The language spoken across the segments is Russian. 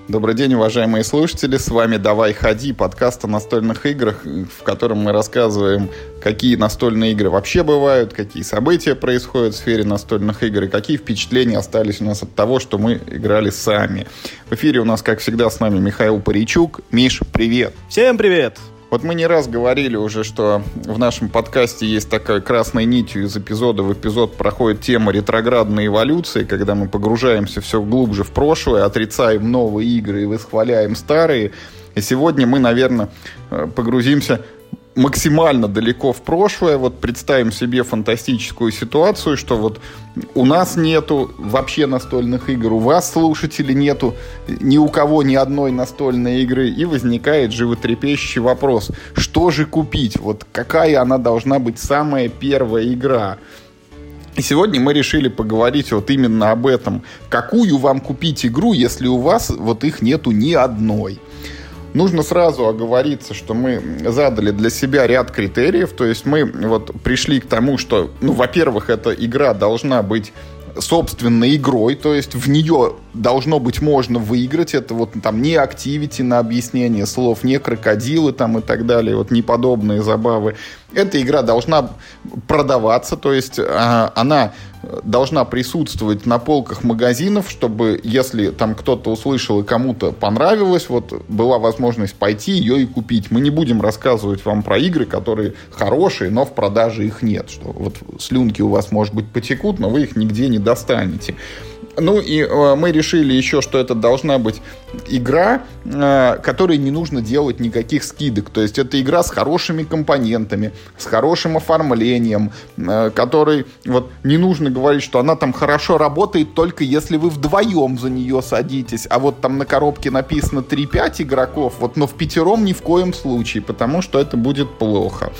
Добрый день, уважаемые слушатели, с вами «Давай ходи», подкаст о настольных играх, в котором мы рассказываем, какие настольные игры вообще бывают, какие события происходят в сфере настольных игр и какие впечатления остались у нас от того, что мы играли сами. В эфире у нас, как всегда, с нами Михаил Паричук. Миш, привет! Всем привет! Вот мы не раз говорили уже, что в нашем подкасте есть такая красной нитью из эпизода в эпизод проходит тема ретроградной эволюции, когда мы погружаемся все глубже в прошлое, отрицаем новые игры и восхваляем старые. И сегодня мы, наверное, погрузимся максимально далеко в прошлое. Вот представим себе фантастическую ситуацию, что вот у нас нету вообще настольных игр, у вас, слушателей, нету ни у кого ни одной настольной игры, и возникает животрепещущий вопрос: что же купить? Вот какая она должна быть самая первая игра? И сегодня мы решили поговорить вот именно об этом. Какую вам купить игру, если у вас вот их нету ни одной? Нужно сразу оговориться, что мы задали для себя ряд критериев. То есть мы вот пришли к тому, что, во-первых, эта игра должна быть собственной игрой, то есть в нее должно быть можно выиграть. Это вот там не активити на объяснение слов, не крокодилы там и так далее, вот не подобные забавы. Эта игра должна продаваться, то есть она должна присутствовать на полках магазинов, чтобы, если там кто-то услышал и кому-то понравилось, вот была возможность пойти ее и купить. Мы не будем рассказывать вам про игры, которые хорошие, но в продаже их нет. Что вот слюнки у вас, может быть, потекут, но вы их нигде не достанете. Ну и мы решили еще, что это должна быть игра, которой не нужно делать никаких скидок. То есть это игра с хорошими компонентами, с хорошим оформлением, которой вот не нужно говорить, что она там хорошо работает только если вы вдвоем за нее садитесь. А вот там на коробке написано 3-5 игроков, вот, но впятером ни в коем случае, потому что это будет плохо.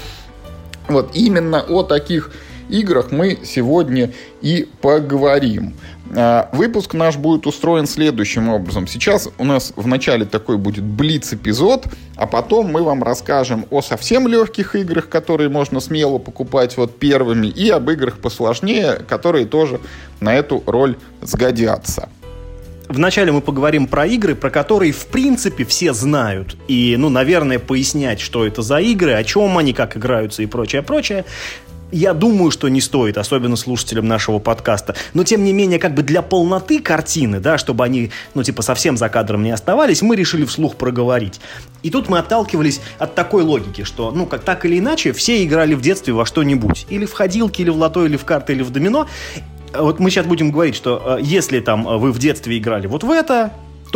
Вот именно о таких играх мы сегодня и поговорим. Выпуск наш будет устроен следующим образом. Сейчас у нас в начале такой будет блиц-эпизод, а потом мы вам расскажем о совсем легких играх, которые можно смело покупать вот первыми, и об играх посложнее, которые тоже на эту роль сгодятся. Вначале мы поговорим про игры, про которые, в принципе, все знают. И, наверное, пояснять, что это за игры, о чем они, как играются и прочее. Я думаю, что не стоит, особенно слушателям нашего подкаста. Но, тем не менее, как бы для полноты картины, да, чтобы они, совсем за кадром не оставались, мы решили вслух проговорить. И тут мы отталкивались от такой логики, что, как так или иначе, все играли в детстве во что-нибудь. Или в ходилки, или в лото, или в карты, или в домино. Вот мы сейчас будем говорить, что если там вы в детстве играли вот в это,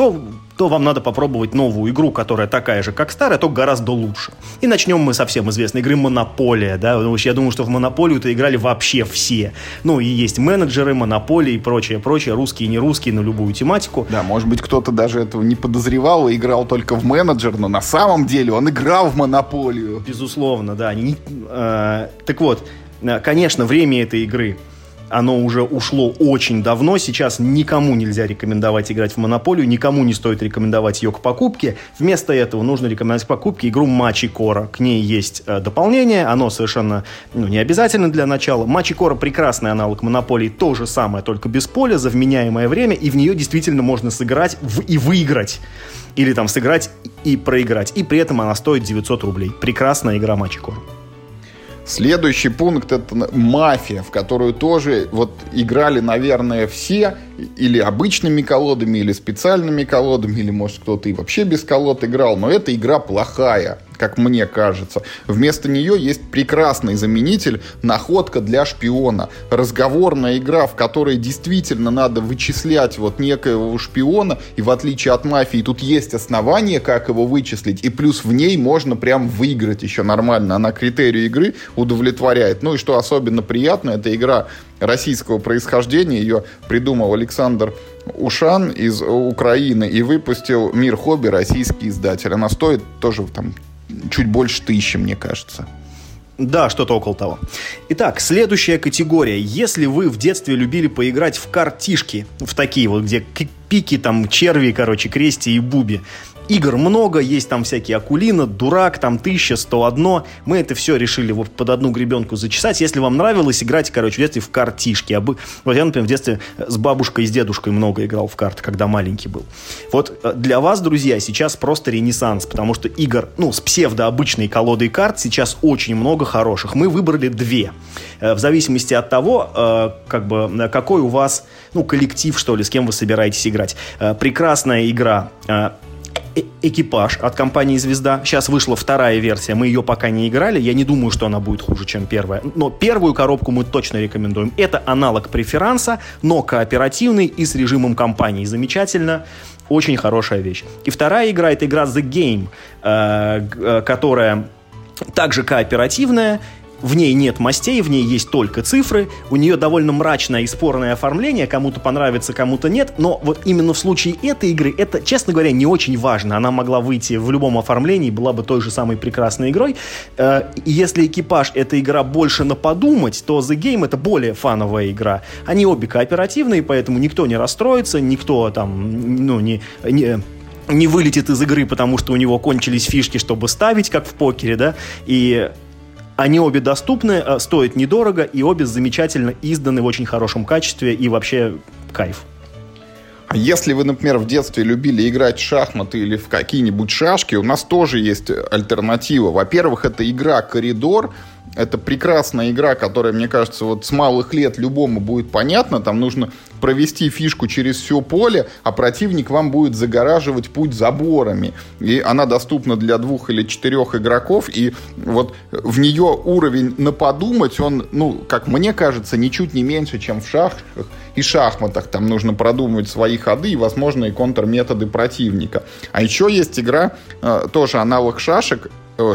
то вам надо попробовать новую игру, которая такая же, как старая, только гораздо лучше. И начнем мы со всем известной игры «Монополия». Да? Я думаю, что в «Монополию»-то играли вообще все. И есть менеджеры, «Монополии» и прочее, русские и не русские, на любую тематику. Да, может быть, кто-то даже этого не подозревал и играл только в менеджер, но на самом деле он играл в «Монополию». Безусловно, да. Так вот, конечно, время этой игры, оно уже ушло очень давно. Сейчас никому нельзя рекомендовать играть в «Монополию», никому не стоит рекомендовать ее к покупке. Вместо этого нужно рекомендовать к покупке игру Мачикора. К ней есть дополнение, оно совершенно не обязательно для начала. Мачикора — прекрасный аналог «Монополии», то же самое, только без поля, за вменяемое время, и в нее действительно можно сыграть и выиграть. Или там сыграть и проиграть. И при этом она стоит 900 рублей. Прекрасная игра Мачикора. Следующий пункт — это «Мафия», в которую тоже вот играли, наверное, все, или обычными колодами, или специальными колодами, или, может, кто-то и вообще без колод играл, но эта игра плохая, как мне кажется. Вместо нее есть прекрасный заменитель «Находка для шпиона». Разговорная игра, в которой действительно надо вычислять вот некоего шпиона, и в отличие от «Мафии» тут есть основания, как его вычислить, и плюс в ней можно прям выиграть еще нормально. Она критерию игры удовлетворяет. Ну и что особенно приятно, это игра российского происхождения. Ее придумал Александр Ушан из Украины и выпустил «Мир Хобби», российский издатель. Она стоит тоже там чуть больше 1000, мне кажется. Да, что-то около того. Итак, следующая категория. Если вы в детстве любили поиграть в картишки, в такие вот, где пики, там, черви, крести и буби, Игр много, есть там всякие Акулина, Дурак, там 1101. Мы это все решили вот под одну гребенку зачесать. Если вам нравилось, играйте, короче, в детстве в картишки. Вот я, например, в детстве с бабушкой и с дедушкой много играл в карты, когда маленький был. Вот для вас, друзья, сейчас просто ренессанс, потому что игр, с псевдообычной колодой карт сейчас очень много хороших. Мы выбрали 2. В зависимости от того, какой у вас, коллектив, что ли, с кем вы собираетесь играть. Прекрасная игра «Экипаж» от компании «Звезда». Сейчас вышла 2-я версия, мы ее пока не играли. Я не думаю, что она будет хуже, чем 1-я. Но 1-ю коробку мы точно рекомендуем. Это аналог преферанса, но кооперативный и с режимом кампании. Замечательно. Очень хорошая вещь. И 2-я игра — это игра «The Game», которая также кооперативная. В ней нет мастей, в ней есть только цифры. У нее довольно мрачное и спорное оформление. Кому-то понравится, кому-то нет. Но вот именно в случае этой игры это, честно говоря, не очень важно. Она могла выйти в любом оформлении, была бы той же самой прекрасной игрой. Если «Экипаж» — это игра больше на подумать, то «The Game» — это более фановая игра. Они обе кооперативные, поэтому никто не расстроится, никто там, не вылетит из игры, потому что у него кончились фишки, чтобы ставить, как в покере, да, и они обе доступны, стоят недорого, и обе замечательно изданы в очень хорошем качестве, и вообще кайф. А если вы, например, в детстве любили играть в шахматы или в какие-нибудь шашки, у нас тоже есть альтернатива. Во-первых, это игра «Коридор». Это прекрасная игра, которая, мне кажется, вот с малых лет любому будет понятна. Там нужно провести фишку через все поле, а противник вам будет загораживать путь заборами. И она доступна для 2 или 4 игроков. И вот в нее уровень на подумать, он, как мне кажется, ничуть не меньше, чем в шашках и шахматах. Там нужно продумывать свои ходы и возможные контрметоды противника. А еще есть игра, тоже аналог шахмат,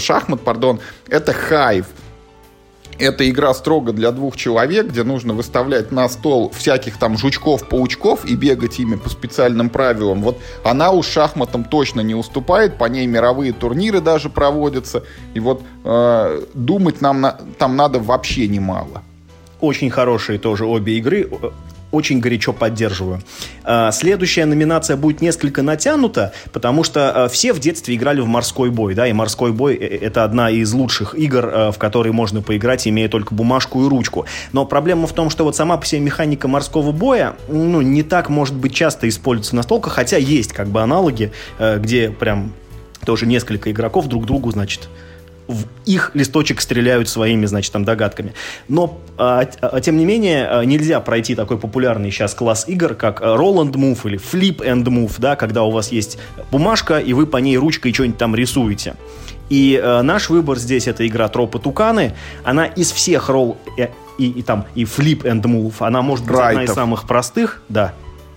это Hive. Это игра строго для 2 человек, где нужно выставлять на стол всяких там жучков-паучков и бегать ими по специальным правилам. Вот она уж шахматам точно не уступает, по ней мировые турниры даже проводятся. И вот думать там надо вообще немало. Очень хорошие тоже обе игры. Очень горячо поддерживаю. Следующая номинация будет несколько натянута, потому что все в детстве играли в «Морской бой», да, и «Морской бой» — это одна из лучших игр, в которые можно поиграть, имея только бумажку и ручку. Но проблема в том, что вот сама по себе механика «Морского боя», не так, может быть, часто используется на настолках, хотя есть аналоги, где прям тоже несколько игроков друг другу, в их листочек стреляют своими, догадками. Но, тем не менее, нельзя пройти такой популярный сейчас класс игр, как Roll and Move или Flip and Move, да, когда у вас есть бумажка, и вы по ней ручкой что-нибудь там рисуете. И наш выбор здесь — это игра Тропы Туканы. Она из всех Roll и Flip and Move, она может быть одна из самых простых, да.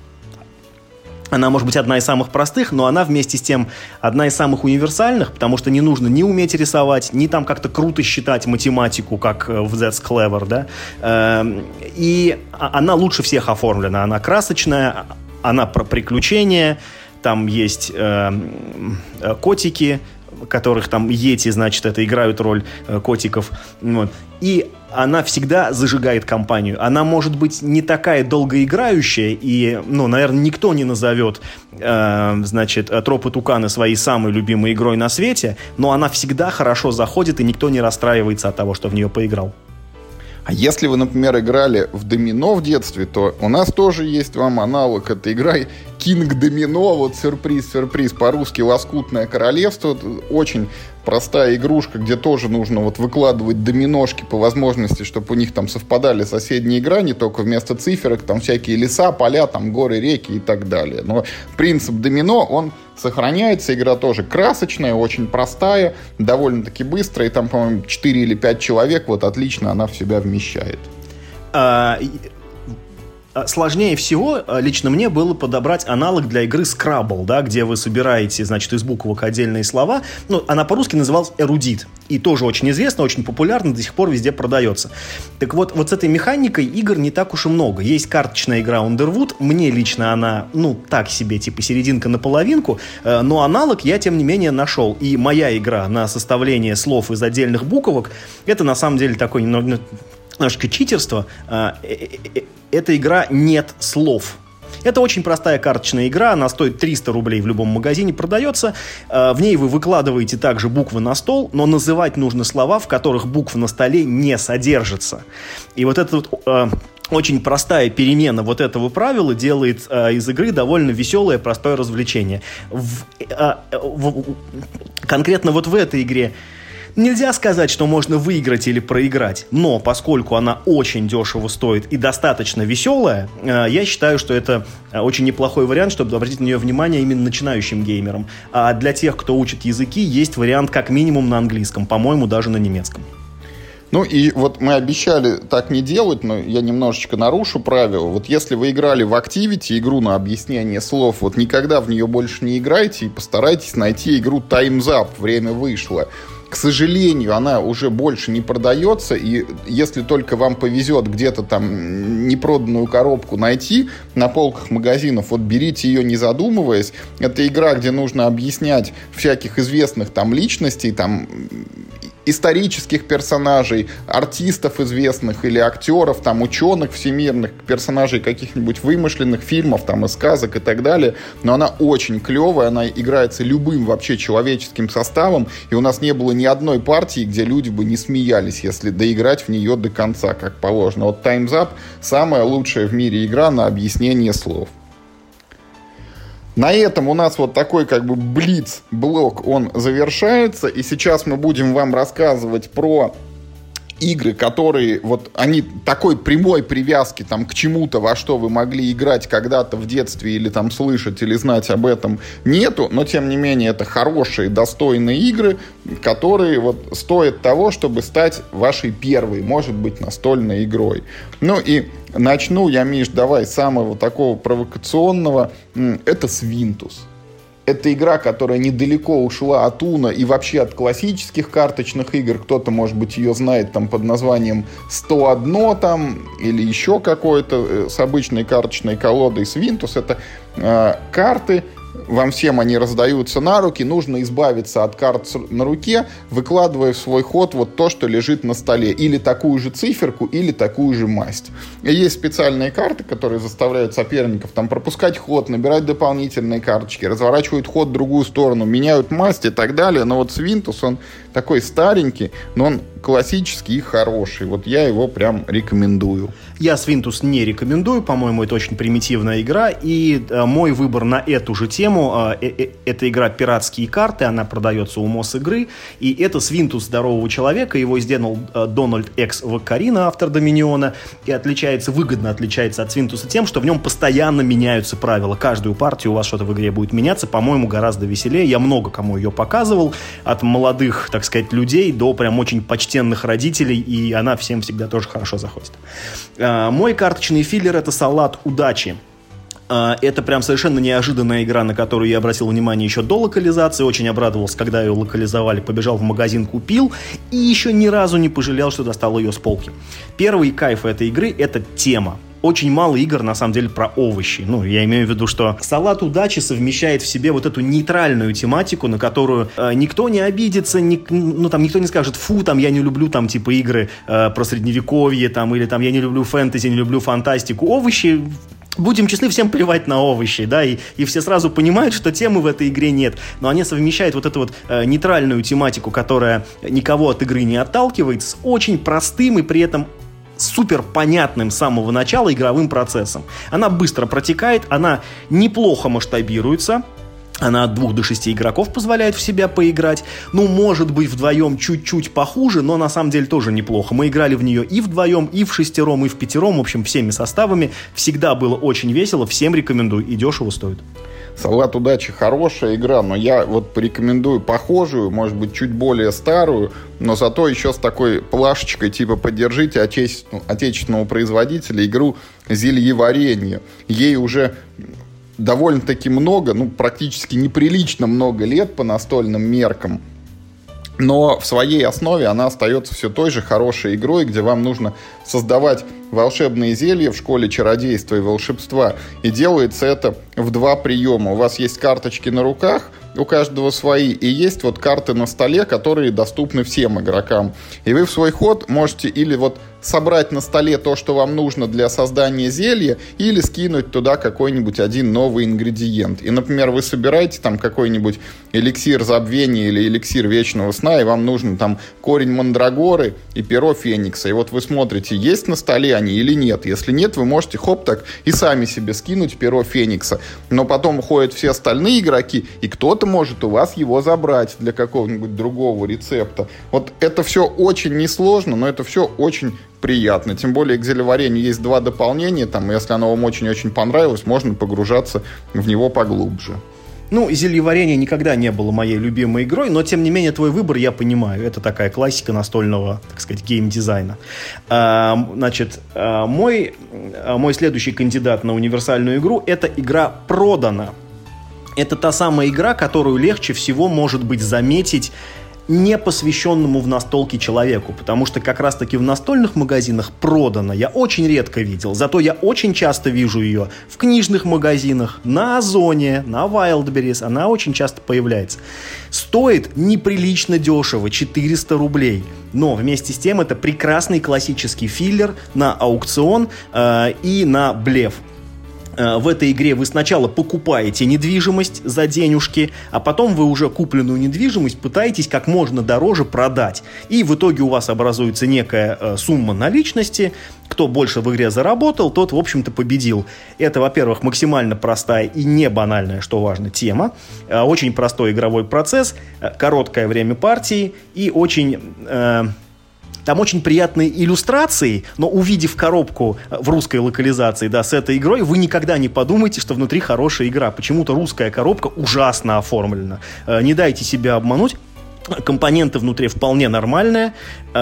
Она может быть одна из самых простых, но она вместе с тем одна из самых универсальных, потому что не нужно ни уметь рисовать, ни там как-то круто считать математику, как в That's Clever, да. И она лучше всех оформлена. Она красочная, она про приключения, там есть котики, которых там йети, это играют роль котиков. Вот. И она всегда зажигает компанию. Она может быть не такая долгоиграющая, и, наверное, никто не назовет, Тропы Туканы своей самой любимой игрой на свете, но она всегда хорошо заходит, и никто не расстраивается от того, что в нее поиграл. А если вы, например, играли в домино в детстве, то у нас тоже есть вам аналог этой игры King Domino, вот сюрприз, по-русски «Лоскутное королевство». Очень простая игрушка, где тоже нужно выкладывать доминошки по возможности, чтобы у них там совпадали соседние грани, только вместо циферок там всякие леса, поля, там горы, реки и так далее. Но принцип домино, он сохраняется. Игра тоже красочная, очень простая, довольно-таки быстрая, и там, по-моему, 4 или 5 человек, отлично она в себя вмещает. Сложнее всего лично мне было подобрать аналог для игры Scrabble, да, где вы собираете, из буквок отдельные слова. Она по-русски называлась «Эрудит». И тоже очень известна, очень популярна, до сих пор везде продается. Так вот с этой механикой игр не так уж и много. Есть карточная игра Underwood. Мне лично она, так себе, серединка на половинку. Но аналог я, тем не менее, нашел. И моя игра на составление слов из отдельных буквок, это на самом деле такой немножко читерство. Эта игра «Нет слов». Это очень простая карточная игра, она стоит 300 рублей в любом магазине, продается. В ней вы выкладываете также буквы на стол, но называть нужно слова, в которых букв на столе не содержится. И вот это вот... Очень простая перемена вот этого правила делает из игры довольно веселое, простое развлечение. Конкретно вот в этой игре нельзя сказать, что можно выиграть или проиграть, но поскольку она очень дешево стоит и достаточно веселая, я считаю, что это очень неплохой вариант, чтобы обратить на нее внимание именно начинающим геймерам. А для тех, кто учит языки, есть вариант как минимум на английском, по-моему, даже на немецком. Ну и вот мы обещали так не делать, но я немножечко нарушу правила. Вот если вы играли в Activity, игру на объяснение слов, вот никогда в нее больше не играйте и постарайтесь найти игру Time's Up, время вышло. К сожалению, она уже больше не продается, и если только вам повезет где-то там непроданную коробку найти на полках магазинов, вот берите ее не задумываясь. Это игра, где нужно объяснять всяких известных там личностей, там исторических персонажей, артистов известных или актеров, там, ученых всемирных, персонажей каких-нибудь вымышленных фильмов, там, и сказок и так далее. Но она очень клевая, она играется любым вообще человеческим составом, и у нас не было ни одной партии, где люди бы не смеялись, если доиграть в нее до конца, как положено. Вот Time's Up — самая лучшая в мире игра на объяснение слов. На этом у нас вот такой как бы блиц-блок, он завершается, и сейчас мы будем вам рассказывать про игры, которые вот они такой прямой привязки там к чему-то, во что вы могли играть когда-то в детстве или там слышать или знать об этом нету, но тем не менее это хорошие, достойные игры, которые вот стоят того, чтобы стать вашей первой, может быть, настольной игрой. Ну и начну я, Миш, давай с самого такого провокационного, это Свинтус. Это игра, которая недалеко ушла от Уно и вообще от классических карточных игр. Кто-то, может быть, ее знает там под названием 101 там, или еще какой-то с обычной карточной колодой. Свинтус — это карты, вам всем они раздаются на руки, нужно избавиться от карт на руке, выкладывая в свой ход вот то, что лежит на столе. Или такую же циферку, или такую же масть. И есть специальные карты, которые заставляют соперников там пропускать ход, набирать дополнительные карточки, разворачивают ход в другую сторону, меняют масть и так далее. Но вот Свинтус, он такой старенький, но он классический и хороший. Вот я его прям рекомендую. Я Свинтус не рекомендую, по-моему, это очень примитивная игра, и мой выбор на эту же тему, это игра «Пиратские карты», она продается у Мосигры, и это Свинтус здорового человека, его сделал Дональд Экс Ваккарина, автор Доминиона, и выгодно отличается от Свинтуса тем, что в нем постоянно меняются правила. Каждую партию у вас что-то в игре будет меняться, по-моему, гораздо веселее. Я много кому ее показывал, от молодых, так сказать, людей до прям очень почтенных родителей, и она всем всегда тоже хорошо заходит. Мой карточный филлер — это «Салат удачи». Это прям совершенно неожиданная игра, на которую я обратил внимание еще до локализации. Очень обрадовался, когда ее локализовали. Побежал в магазин, купил. И еще ни разу не пожалел, что достал ее с полки. Первый кайф этой игры — это тема. Очень мало игр, на самом деле, про овощи. Ну, я имею в виду, что «Салат удачи» совмещает в себе вот эту нейтральную тематику, на которую никто не обидится, никто не скажет: фу, там, я не люблю, там, типа, игры про средневековье, там, или там, я не люблю фэнтези, не люблю фантастику. Овощи... Будем честны, всем плевать на овощи, да, и все сразу понимают, что темы в этой игре нет, но они совмещают вот эту вот нейтральную тематику, которая никого от игры не отталкивает, с очень простым и при этом супер понятным с самого начала игровым процессом. Она быстро протекает, она неплохо масштабируется. Она от 2 до 6 игроков позволяет в себя поиграть. Ну, может быть, вдвоем чуть-чуть похуже, но на самом деле тоже неплохо. Мы играли в нее и вдвоем, и в 6, и в 5, в общем, всеми составами. Всегда было очень весело, всем рекомендую, и дешево стоит. «Салат удачи» — хорошая игра, но я вот порекомендую похожую, может быть, чуть более старую, но зато еще с такой плашечкой, типа «Поддержите отечественного производителя» игру «Зельеваренье». Ей уже довольно-таки много, практически неприлично много лет по настольным меркам. Но в своей основе она остается все той же хорошей игрой, где вам нужно создавать волшебные зелья в школе чародейства и волшебства. И делается это в 2 приема. У вас есть карточки на руках, у каждого свои, и есть вот карты на столе, которые доступны всем игрокам. И вы в свой ход можете или вот собрать на столе то, что вам нужно для создания зелья, или скинуть туда какой-нибудь один новый ингредиент. И, например, вы собираете там какой-нибудь эликсир забвения или эликсир вечного сна, и вам нужен там корень мандрагоры и перо феникса. И вот вы смотрите, есть на столе они или нет. Если нет, вы можете хоп так и сами себе скинуть перо феникса. Но потом уходят все остальные игроки, и кто-то может у вас его забрать для какого-нибудь другого рецепта. Вот это все очень несложно, но это все очень приятно. Тем более к зельеварению есть 2 дополнения. Там, если оно вам очень-очень понравилось, можно погружаться в него поглубже. Ну, зельеварение никогда не было моей любимой игрой, но, тем не менее, твой выбор я понимаю. Это такая классика настольного, так сказать, геймдизайна. Значит, мой следующий кандидат на универсальную игру – это игра «Продано». Это та самая игра, которую легче всего, может быть, заметить не посвященному в настолки человеку, потому что как раз-таки в настольных магазинах «Продано» я очень редко видел, зато я очень часто вижу ее в книжных магазинах, на Озоне, на Wildberries, она очень часто появляется. Стоит неприлично дешево, 400 рублей, но вместе с тем это прекрасный классический филлер на аукцион и на блеф. В этой игре вы сначала покупаете недвижимость за денежки, а потом вы уже купленную недвижимость пытаетесь как можно дороже продать. И в итоге у вас образуется некая сумма наличности. Кто больше в игре заработал, тот, в общем-то, победил. Это, во-первых, максимально простая и не банальная, что важно, тема. Очень простой игровой процесс, короткое время партии и очень... Там очень приятные иллюстрации, но увидев коробку в русской локализации, да, с этой игрой, вы никогда не подумаете, что внутри хорошая игра. Почему-то русская коробка ужасно оформлена. Не дайте себя обмануть. Компоненты внутри вполне нормальные,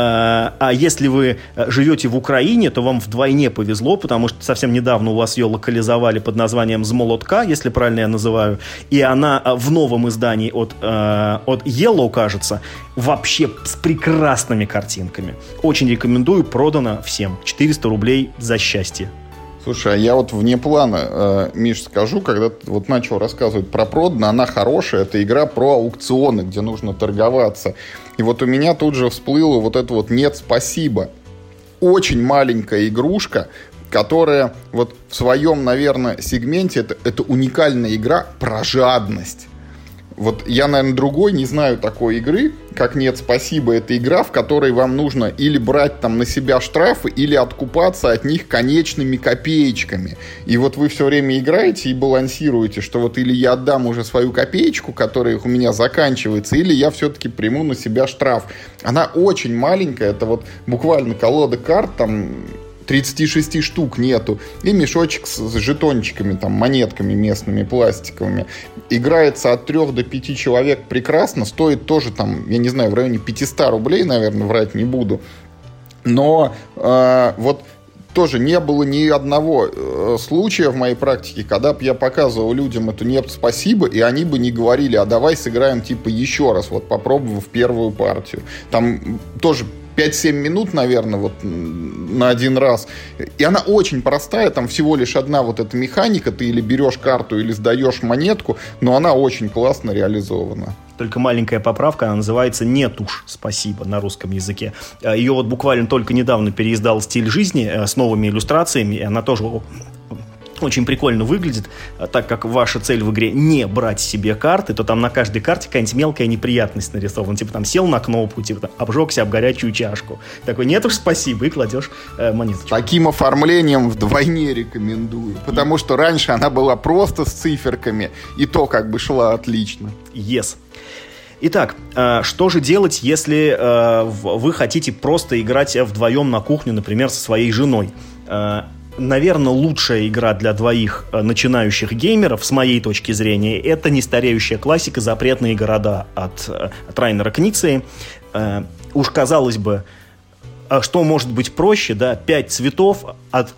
а если вы живете в Украине, то вам вдвойне повезло, потому что совсем недавно у вас ее локализовали под названием «Змолотка», если правильно я называю, и она в новом издании от Yellow, кажется, вообще с прекрасными картинками. Очень рекомендую, продано всем. 400 рублей за счастье. Слушай, а я вот вне плана, Миш, скажу, когда ты вот начал рассказывать про «Продано», она хорошая, это игра про аукционы, где нужно торговаться. И вот у меня тут же всплыло вот это вот «Нет, спасибо». Очень маленькая игрушка, которая вот в своем, наверное, сегменте, это уникальная игра про жадность. Вот я, наверное, другой не знаю такой игры, как «Нет, спасибо». Это игра, в которой вам нужно или брать там на себя штрафы, или откупаться от них конечными копеечками. И вот вы все время играете и балансируете, что вот или я отдам уже свою копеечку, которая у меня заканчивается, или я все-таки приму на себя штраф. Она очень маленькая, это вот буквально колода карт, там 36 штук нету, и мешочек с жетончиками, там, монетками местными, пластиковыми. Играется от 3 до 5 человек прекрасно, стоит тоже, там, я не знаю, в районе 500 рублей, наверное, врать не буду. Но вот тоже не было ни одного случая в моей практике, когда бы я показывал людям эту «Нет, спасибо», и они бы не говорили: а давай сыграем типа еще раз, вот попробовав первую партию. Там тоже 5-7 минут, наверное, вот на один раз. И она очень простая, там всего лишь одна вот эта механика. Ты или берешь карту, или сдаешь монетку, но она очень классно реализована. Только маленькая поправка, она называется «Нет уж, спасибо» на русском языке. Ее вот буквально только недавно переиздал «Стиль жизни» с новыми иллюстрациями, и она тоже очень прикольно выглядит, так как ваша цель в игре не брать себе карты, то там на каждой карте какая-нибудь мелкая неприятность нарисована. Типа там сел на кнопку, типа там обжегся об горячую чашку. Такой: нет уж, спасибо, и кладешь монеточку. Таким оформлением вдвойне рекомендую, потому что раньше она была просто с циферками, и то как бы шла отлично. Yes. Итак, что же делать, если вы хотите просто играть вдвоем на кухню, например, со своей женой? Наверное, лучшая игра для двоих начинающих геймеров, с моей точки зрения, это нестареющая классика «Запретные города» от Райнера Книции. Уж казалось бы, что может быть проще, да? 5 цветов от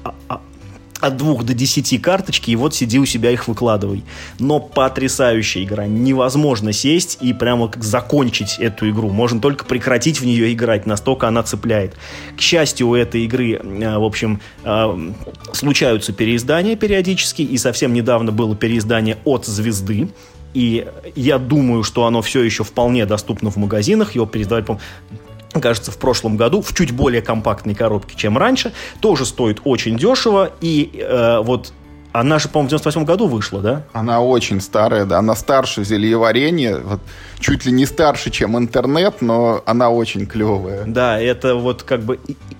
2 до 10 карточки, и вот сиди у себя их выкладывай. Но потрясающая игра. Невозможно сесть и прямо как закончить эту игру. Можно только прекратить в нее играть, настолько она цепляет. К счастью, у этой игры, в общем, случаются переиздания периодически, и совсем недавно было переиздание от «Звезды». И я думаю, что оно все еще вполне доступно в магазинах. Его переиздавали, по-моему, кажется, в прошлом году, в чуть более компактной коробке, чем раньше, тоже стоит очень дешево, и вот она же, по-моему, в 98 году вышла, да? Она очень старая, да, она старше зельеварения, вот, чуть ли не старше, чем интернет, но она очень клевая. Да, это вот как бы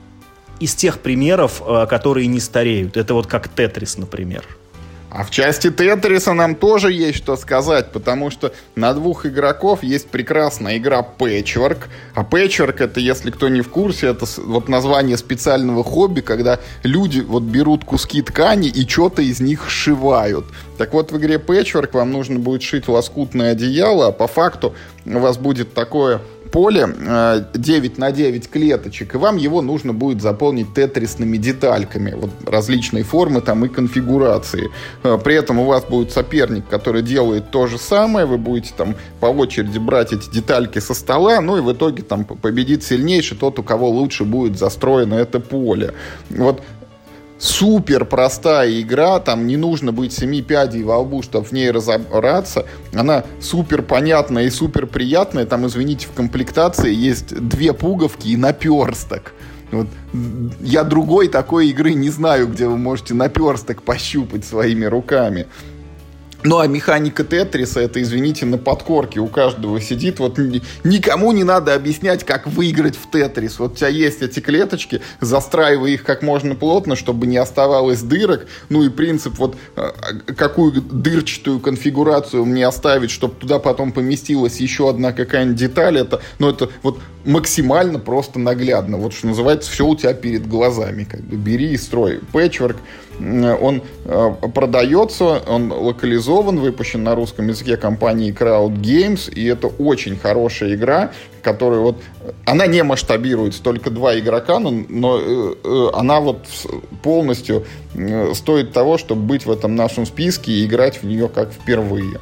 из тех примеров, которые не стареют. Это вот как Тетрис, например. А в части Тетриса нам тоже есть что сказать, потому что на 2 игроков есть прекрасная игра Patchwork. А Patchwork — это, если кто не в курсе, это вот название специального хобби, когда люди вот берут куски ткани и что-то из них сшивают. Так вот, в игре Patchwork вам нужно будет шить лоскутное одеяло, а по факту у вас будет такое поле 9 на 9 клеточек, и вам его нужно будет заполнить тетрисными детальками, вот, различной формы там и конфигурации. При этом у вас будет соперник, который делает то же самое, вы будете там по очереди брать эти детальки со стола, ну и в итоге там победит сильнейший тот, у кого лучше будет застроено это поле. Вот. Супер простая игра, там не нужно быть 7 пядей во лбу, чтобы в ней разобраться. Она супер понятная и супер приятная. Там, извините, в комплектации есть 2 пуговки и наперсток. Вот. Я другой такой игры не знаю, где вы можете наперсток пощупать своими руками. Ну, а механика Тетриса, это, извините, на подкорке у каждого сидит. Вот никому не надо объяснять, как выиграть в Тетрис. Вот у тебя есть эти клеточки, застраивай их как можно плотно, чтобы не оставалось дырок. Ну и принцип, вот какую дырчатую конфигурацию мне оставить, чтобы туда потом поместилась еще одна какая-нибудь деталь. Это вот максимально просто наглядно. Вот что называется, все у тебя перед глазами. Как бы бери и строй. Patchwork, он продается, он локализован, выпущен на русском языке компанией Crowd Games, и это очень хорошая игра, которая вот, она не масштабируется, только 2 игрока, но она вот полностью стоит того, чтобы быть в этом нашем списке и играть в нее как впервые.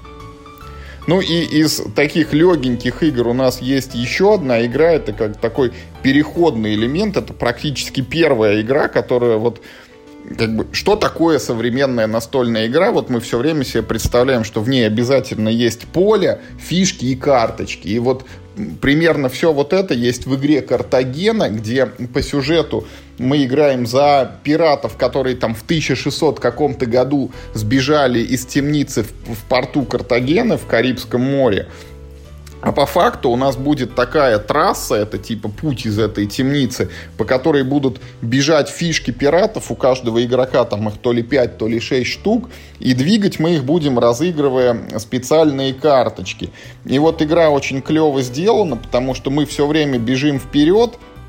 Ну и из таких легеньких игр у нас есть еще одна игра, это как такой переходный элемент, это практически первая игра, которая вот как бы, что такое современная настольная игра? Вот мы все время себе представляем, что в ней обязательно есть поле, фишки и карточки. И вот примерно все вот это есть в игре Картагена, где по сюжету мы играем за пиратов, которые там в 1600 каком-то году сбежали из темницы в порту Картагена в Карибском море. А по факту у нас будет такая трасса, это типа путь из этой темницы, по которой будут бежать фишки пиратов, у каждого игрока там их то ли 5, то ли 6 штук, и двигать мы их будем, разыгрывая специальные карточки. И вот игра очень клево сделана, потому что мы все время бежим вперед,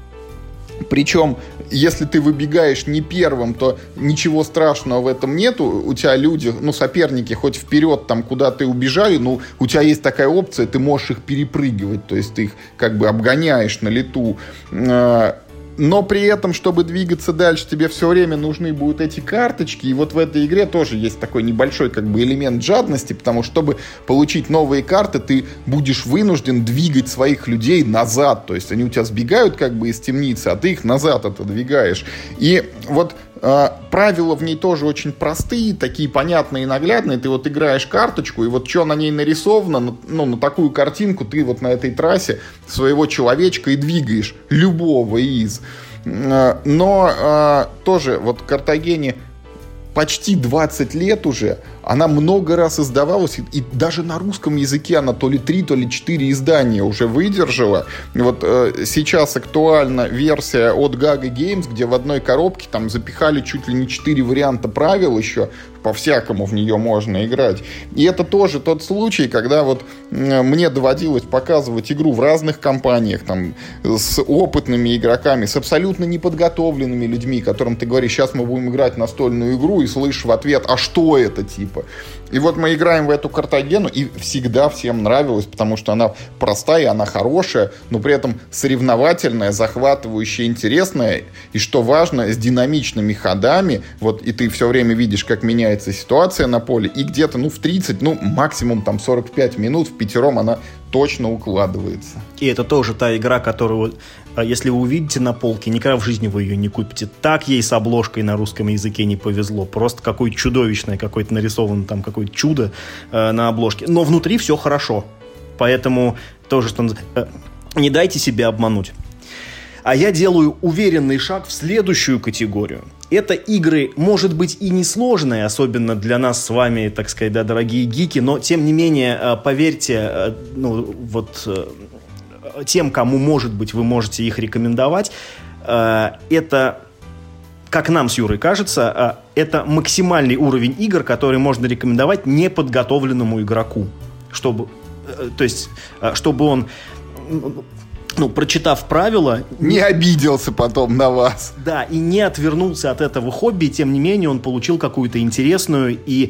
причем, если ты выбегаешь не первым, то ничего страшного в этом нету. У тебя люди, соперники хоть вперед там куда-то убежали, но у тебя есть такая опция, ты можешь их перепрыгивать, то есть ты их как бы обгоняешь на лету. Но при этом, чтобы двигаться дальше, тебе все время нужны будут эти карточки. И вот в этой игре тоже есть такой небольшой как бы элемент жадности, потому что, чтобы получить новые карты, ты будешь вынужден двигать своих людей назад. То есть они у тебя сбегают как бы из темницы, а ты их назад отодвигаешь. И вот правила в ней тоже очень простые, такие понятные и наглядные. Ты вот играешь карточку, и вот что на ней нарисовано, на такую картинку ты вот на этой трассе своего человечка и двигаешь, любого из. Но тоже вот Картагене почти 20 лет уже, она много раз издавалась, и даже на русском языке она то ли 3, то ли 4 издания уже выдержала. Вот сейчас актуальна версия от Gaga Games, где в одной коробке там запихали чуть ли не 4 варианта правил еще, по-всякому в нее можно играть. И это тоже тот случай, когда вот мне доводилось показывать игру в разных компаниях, там, с опытными игроками, с абсолютно неподготовленными людьми, которым ты говоришь, сейчас мы будем играть настольную игру, и слышишь в ответ, а что это типа? И вот мы играем в эту Картагену, и всегда всем нравилось, потому что она простая, она хорошая, но при этом соревновательная, захватывающая, интересная, и что важно, с динамичными ходами, вот, и ты все время видишь, как меняется ситуация на поле, и где-то, в 30, максимум там 45 минут впятером она точно укладывается. И это тоже та игра, которую, если вы увидите на полке, никогда в жизни вы ее не купите. Так ей с обложкой на русском языке не повезло. Просто какое-то чудовищное, какое-то нарисовано там какое-то чудо на обложке. Но внутри все хорошо. Поэтому тоже, что не дайте себя обмануть. А я делаю уверенный шаг в следующую категорию. Это игры, может быть, и несложные, особенно для нас с вами, так сказать, да, дорогие гики, но, тем не менее, поверьте, тем, кому, может быть, вы можете их рекомендовать, это, как нам с Юрой кажется, это максимальный уровень игр, который можно рекомендовать неподготовленному игроку, чтобы он... прочитав правила... Не обиделся потом на вас. Да, и не отвернулся от этого хобби, и тем не менее он получил какую-то интересную и,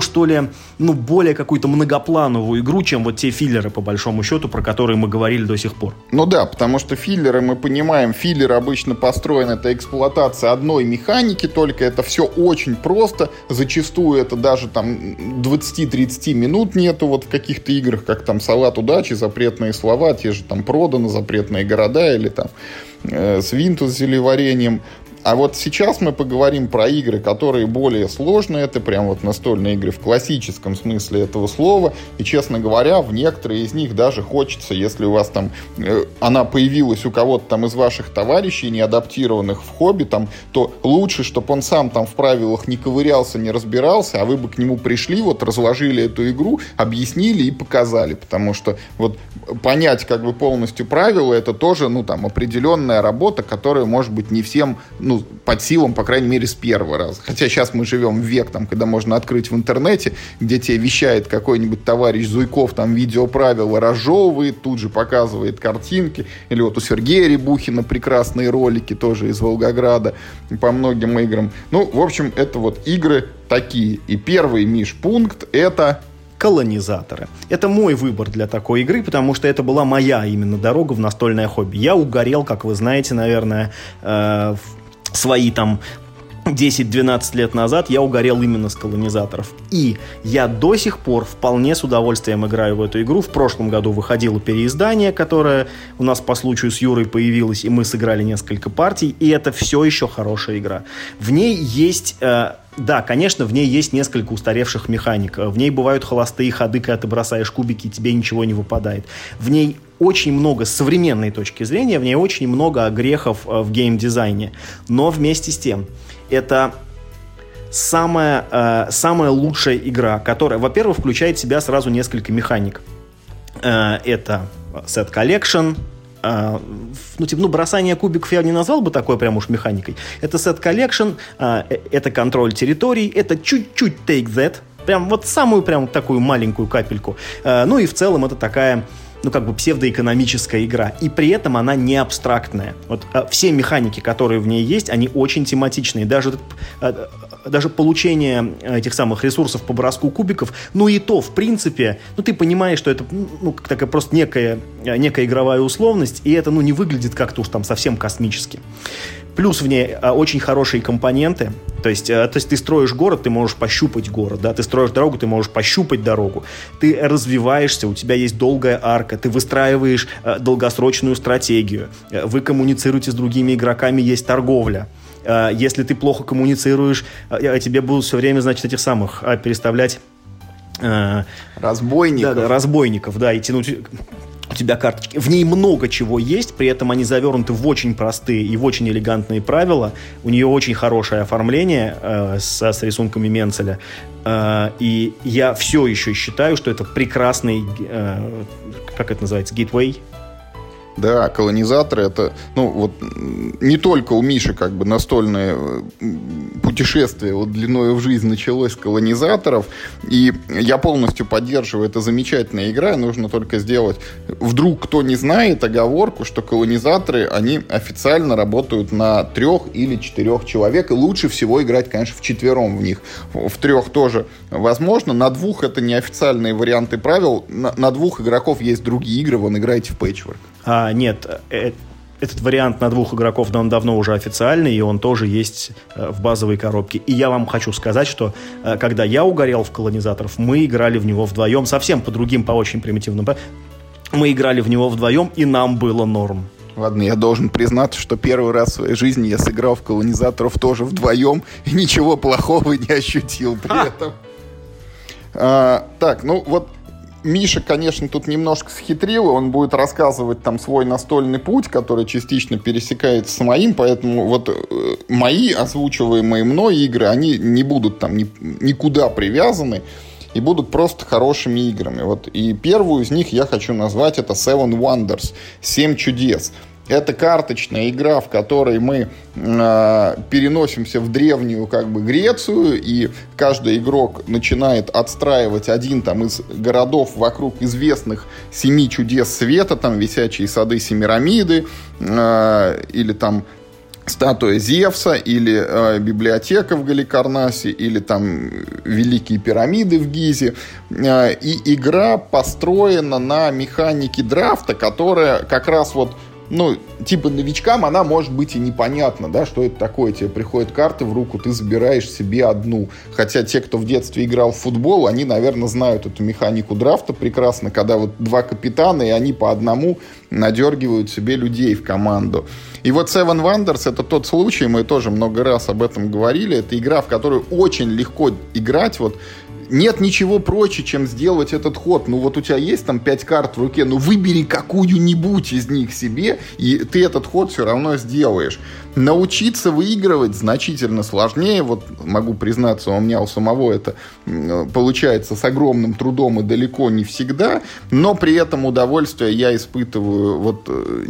более какую-то многоплановую игру, чем вот те филлеры, по большому счету, про которые мы говорили до сих пор. Ну да, потому что филлеры, мы понимаем, филлер обычно построен, это эксплуатация одной механики, только это все очень просто, зачастую это даже там 20-30 минут нету вот в каких-то играх, как там «Салат удачи», «Запретные слова», те же там «Продано», «Запретные города» или там «Свинту с зелеварением». А вот сейчас мы поговорим про игры, которые более сложные. Это прям вот настольные игры в классическом смысле этого слова. И, честно говоря, в некоторые из них даже хочется, если у вас там она появилась у кого-то там из ваших товарищей, не адаптированных в хобби, там, то лучше, чтобы он сам там в правилах не ковырялся, не разбирался, а вы бы к нему пришли, вот разложили эту игру, объяснили и показали. Потому что вот понять как бы полностью правила, это тоже, определенная работа, которая, может быть, не всем, под силам, по крайней мере, с первого раза. Хотя сейчас мы живем в век, когда можно открыть в интернете, где тебе вещает какой-нибудь товарищ Зуйков, там видеоправила разжевывает, тут же показывает картинки. Или вот у Сергея Рябухина прекрасные ролики, тоже из Волгограда, по многим играм. В общем, это вот игры такие. И первый, Миш, пункт — это... Колонизаторы. Это мой выбор для такой игры, потому что это была моя именно дорога в настольное хобби. Я угорел, как вы знаете, наверное, свои там 10-12 лет назад я угорел именно с колонизаторов. И я до сих пор вполне с удовольствием играю в эту игру. В прошлом году выходило переиздание, которое у нас по случаю с Юрой появилось, и мы сыграли несколько партий, и это все еще хорошая игра. В ней есть... Да, конечно, в ней есть несколько устаревших механик. В ней бывают холостые ходы, когда ты бросаешь кубики, и тебе ничего не выпадает. В ней очень много, с современной точки зрения, в ней очень много грехов в геймдизайне. Но вместе с тем, это самая лучшая игра, которая, во-первых, включает в себя сразу несколько механик. Это Set Collection, бросание кубиков я не назвал бы такой прям уж механикой. Это Set Collection, это контроль территорий, это чуть-чуть Take That, прям вот самую прям такую маленькую капельку. И в целом это такая, псевдоэкономическая игра. И при этом она не абстрактная. Вот все механики, которые в ней есть, они очень тематичные. Даже получение этих самых ресурсов по броску кубиков, и то, в принципе, ты понимаешь, что это такая просто некая игровая условность, и это, не выглядит как-то уж там совсем космически. Плюс в ней очень хорошие компоненты. То есть ты строишь город, ты можешь пощупать город, да? Ты строишь дорогу, ты можешь пощупать дорогу. Ты развиваешься, у тебя есть долгая арка, ты выстраиваешь долгосрочную стратегию. Вы коммуницируете с другими игроками, есть торговля. Если ты плохо коммуницируешь, тебе будут все время, этих самых переставлять... разбойников. Да, разбойников, да, и тянуть... У тебя карточки. В ней много чего есть, при этом они завернуты в очень простые и в очень элегантные правила. У нее очень хорошее оформление с рисунками Менцеля. И я все еще считаю, что это прекрасный, как это называется, гейтвей. Да, колонизаторы — это, не только у Миши настольное путешествие длиною в жизнь началось с колонизаторов, и я полностью поддерживаю, это замечательная игра, нужно только сделать, вдруг кто не знает, оговорку, что колонизаторы, они официально работают на 3 или 4 человек, и лучше всего играть, конечно, вчетвером в них. В 3 тоже возможно, на 2 это неофициальные варианты правил, на 2 игроков есть другие игры, играете в Patchwork. Нет, этот вариант на 2 игроков, он давно уже официальный, и он тоже есть в базовой коробке. И я вам хочу сказать, что когда я угорел в колонизаторов, мы играли в него вдвоем, совсем по другим, по очень примитивным. Мы играли в него вдвоем, и нам было норм. Ладно, я должен признаться, что первый раз в своей жизни я сыграл в колонизаторов тоже вдвоем, и ничего плохого не ощутил при этом. Миша, конечно, тут немножко схитрил, он будет рассказывать там свой настольный путь, который частично пересекается с моим, поэтому вот мои озвучиваемые мной игры, они не будут там никуда привязаны и будут просто хорошими играми. Вот. И первую из них я хочу назвать, это Seven Wonders, 7 чудес. Это карточная игра, в которой мы переносимся в древнюю как бы Грецию, и каждый игрок начинает отстраивать один там из городов вокруг известных 7 чудес света, там висячие сады Семирамиды, или там статуя Зевса, или библиотека в Галикарнасе, или там Великие пирамиды в Гизе. И игра построена на механике драфта, которая как раз вот, ну, типа новичкам она может быть и непонятна, да, что это такое. Тебе приходят карты в руку, ты забираешь себе одну. Хотя те, кто в детстве играл в футбол, они, наверное, знают эту механику драфта прекрасно, когда вот два капитана, и они по одному надергивают себе людей в команду. И вот Seven Wonders — это тот случай, мы тоже много раз об этом говорили, это игра, в которую очень легко играть, вот. Нет ничего проще, чем сделать этот ход. Ну вот у тебя есть там 5 карт в руке, ну выбери какую-нибудь из них себе, и ты этот ход все равно сделаешь. Научиться выигрывать значительно сложнее. Вот могу признаться, у меня у самого это получается с огромным трудом и далеко не всегда, но при этом удовольствие я испытываю вот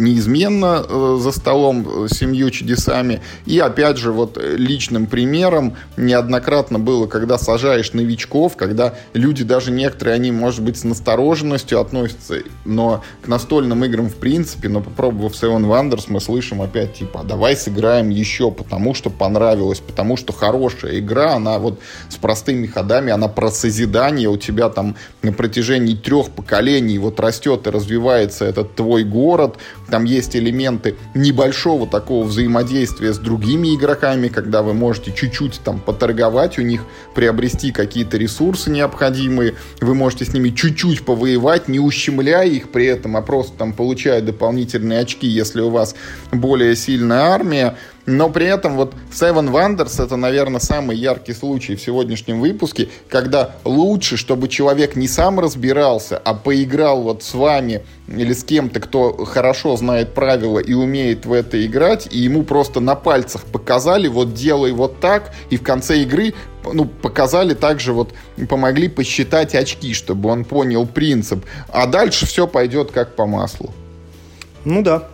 неизменно за столом с 7 чудесами. И опять же вот личным примером неоднократно было, когда сажаешь новичков, когда люди, даже некоторые, они, может быть, с настороженностью относятся, но к настольным играм в принципе, но попробовав Seven Wonders, мы слышим опять типа: давай сыграем еще, потому что понравилось, потому что хорошая игра, она вот с простыми ходами, она про созидание, у тебя там на протяжении 3 поколений вот растет и развивается этот твой город, там есть элементы небольшого такого взаимодействия с другими игроками, когда вы можете чуть-чуть там поторговать у них, приобрести какие-то ресурсы необходимые, вы можете с ними чуть-чуть повоевать, не ущемляя их при этом, а просто там получая дополнительные очки, если у вас более сильная армия. Но при этом вот Seven Wonders — это, наверное, самый яркий случай в сегодняшнем выпуске, когда лучше, чтобы человек не сам разбирался, а поиграл вот с вами или с кем-то, кто хорошо знает правила и умеет в это играть, и ему просто на пальцах показали: вот делай вот так, и в конце игры, ну, показали также, вот помогли посчитать очки, чтобы он понял принцип, а дальше все пойдет как по маслу. Ну да.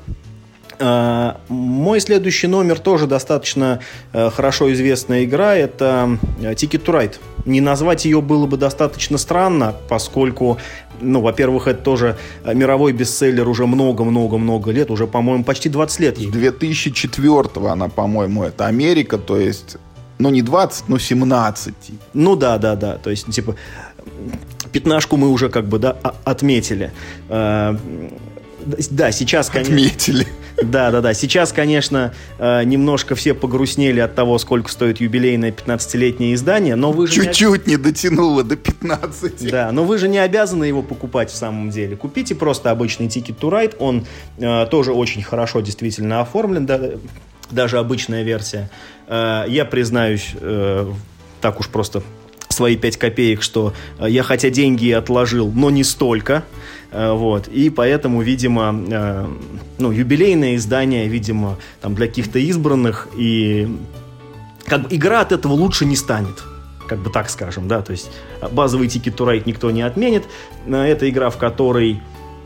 Мой следующий номер тоже достаточно хорошо известная игра. Это Ticket to Ride. Не назвать ее было бы достаточно странно, поскольку, ну, во-первых, это тоже мировой бестселлер уже много-много-много лет, уже, по-моему, почти 20 лет. С 2004-го она, по-моему, это Америка, то есть, ну, не 20, но 17. Ну да. То есть, типа, пятнашку мы уже как бы, да, отметили. Да, сейчас, конечно... Отметили. Да. Сейчас, конечно, немножко все погрустнели от того, сколько стоит юбилейное 15-летнее издание, но вы же... Чуть-чуть не дотянуло до 15. Да, но вы же не обязаны его покупать в самом деле. Купите просто обычный Ticket to Ride, он тоже очень хорошо действительно оформлен, да, даже обычная версия. Я признаюсь, так уж просто свои 5 копеек, что я хотя деньги и отложил, но не столько. Вот. И поэтому, видимо, ну, юбилейное издание, видимо, там для каких-то избранных, и как бы игра от этого лучше не станет, как бы так скажем, да, то есть базовый Ticket to Ride никто не отменит. Это игра, в которой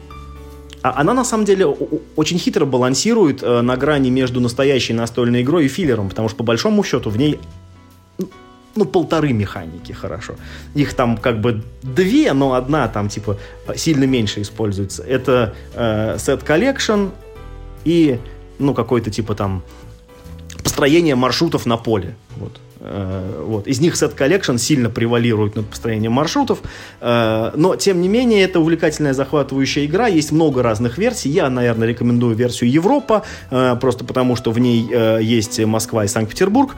она на самом деле очень хитро балансирует на грани между настоящей настольной игрой и филлером, потому что по большому счету в ней, ну, 1,5 механики, хорошо. Их там как бы 2, но одна там типа сильно меньше используется. Это Set Collection и, ну, какой-то типа там построение маршрутов на поле. Вот. Из них Set Collection сильно превалирует над построением маршрутов, но, тем не менее, это увлекательная, захватывающая игра. Есть много разных версий. Я, наверное, рекомендую версию Европа, просто потому, что в ней есть Москва и Санкт-Петербург.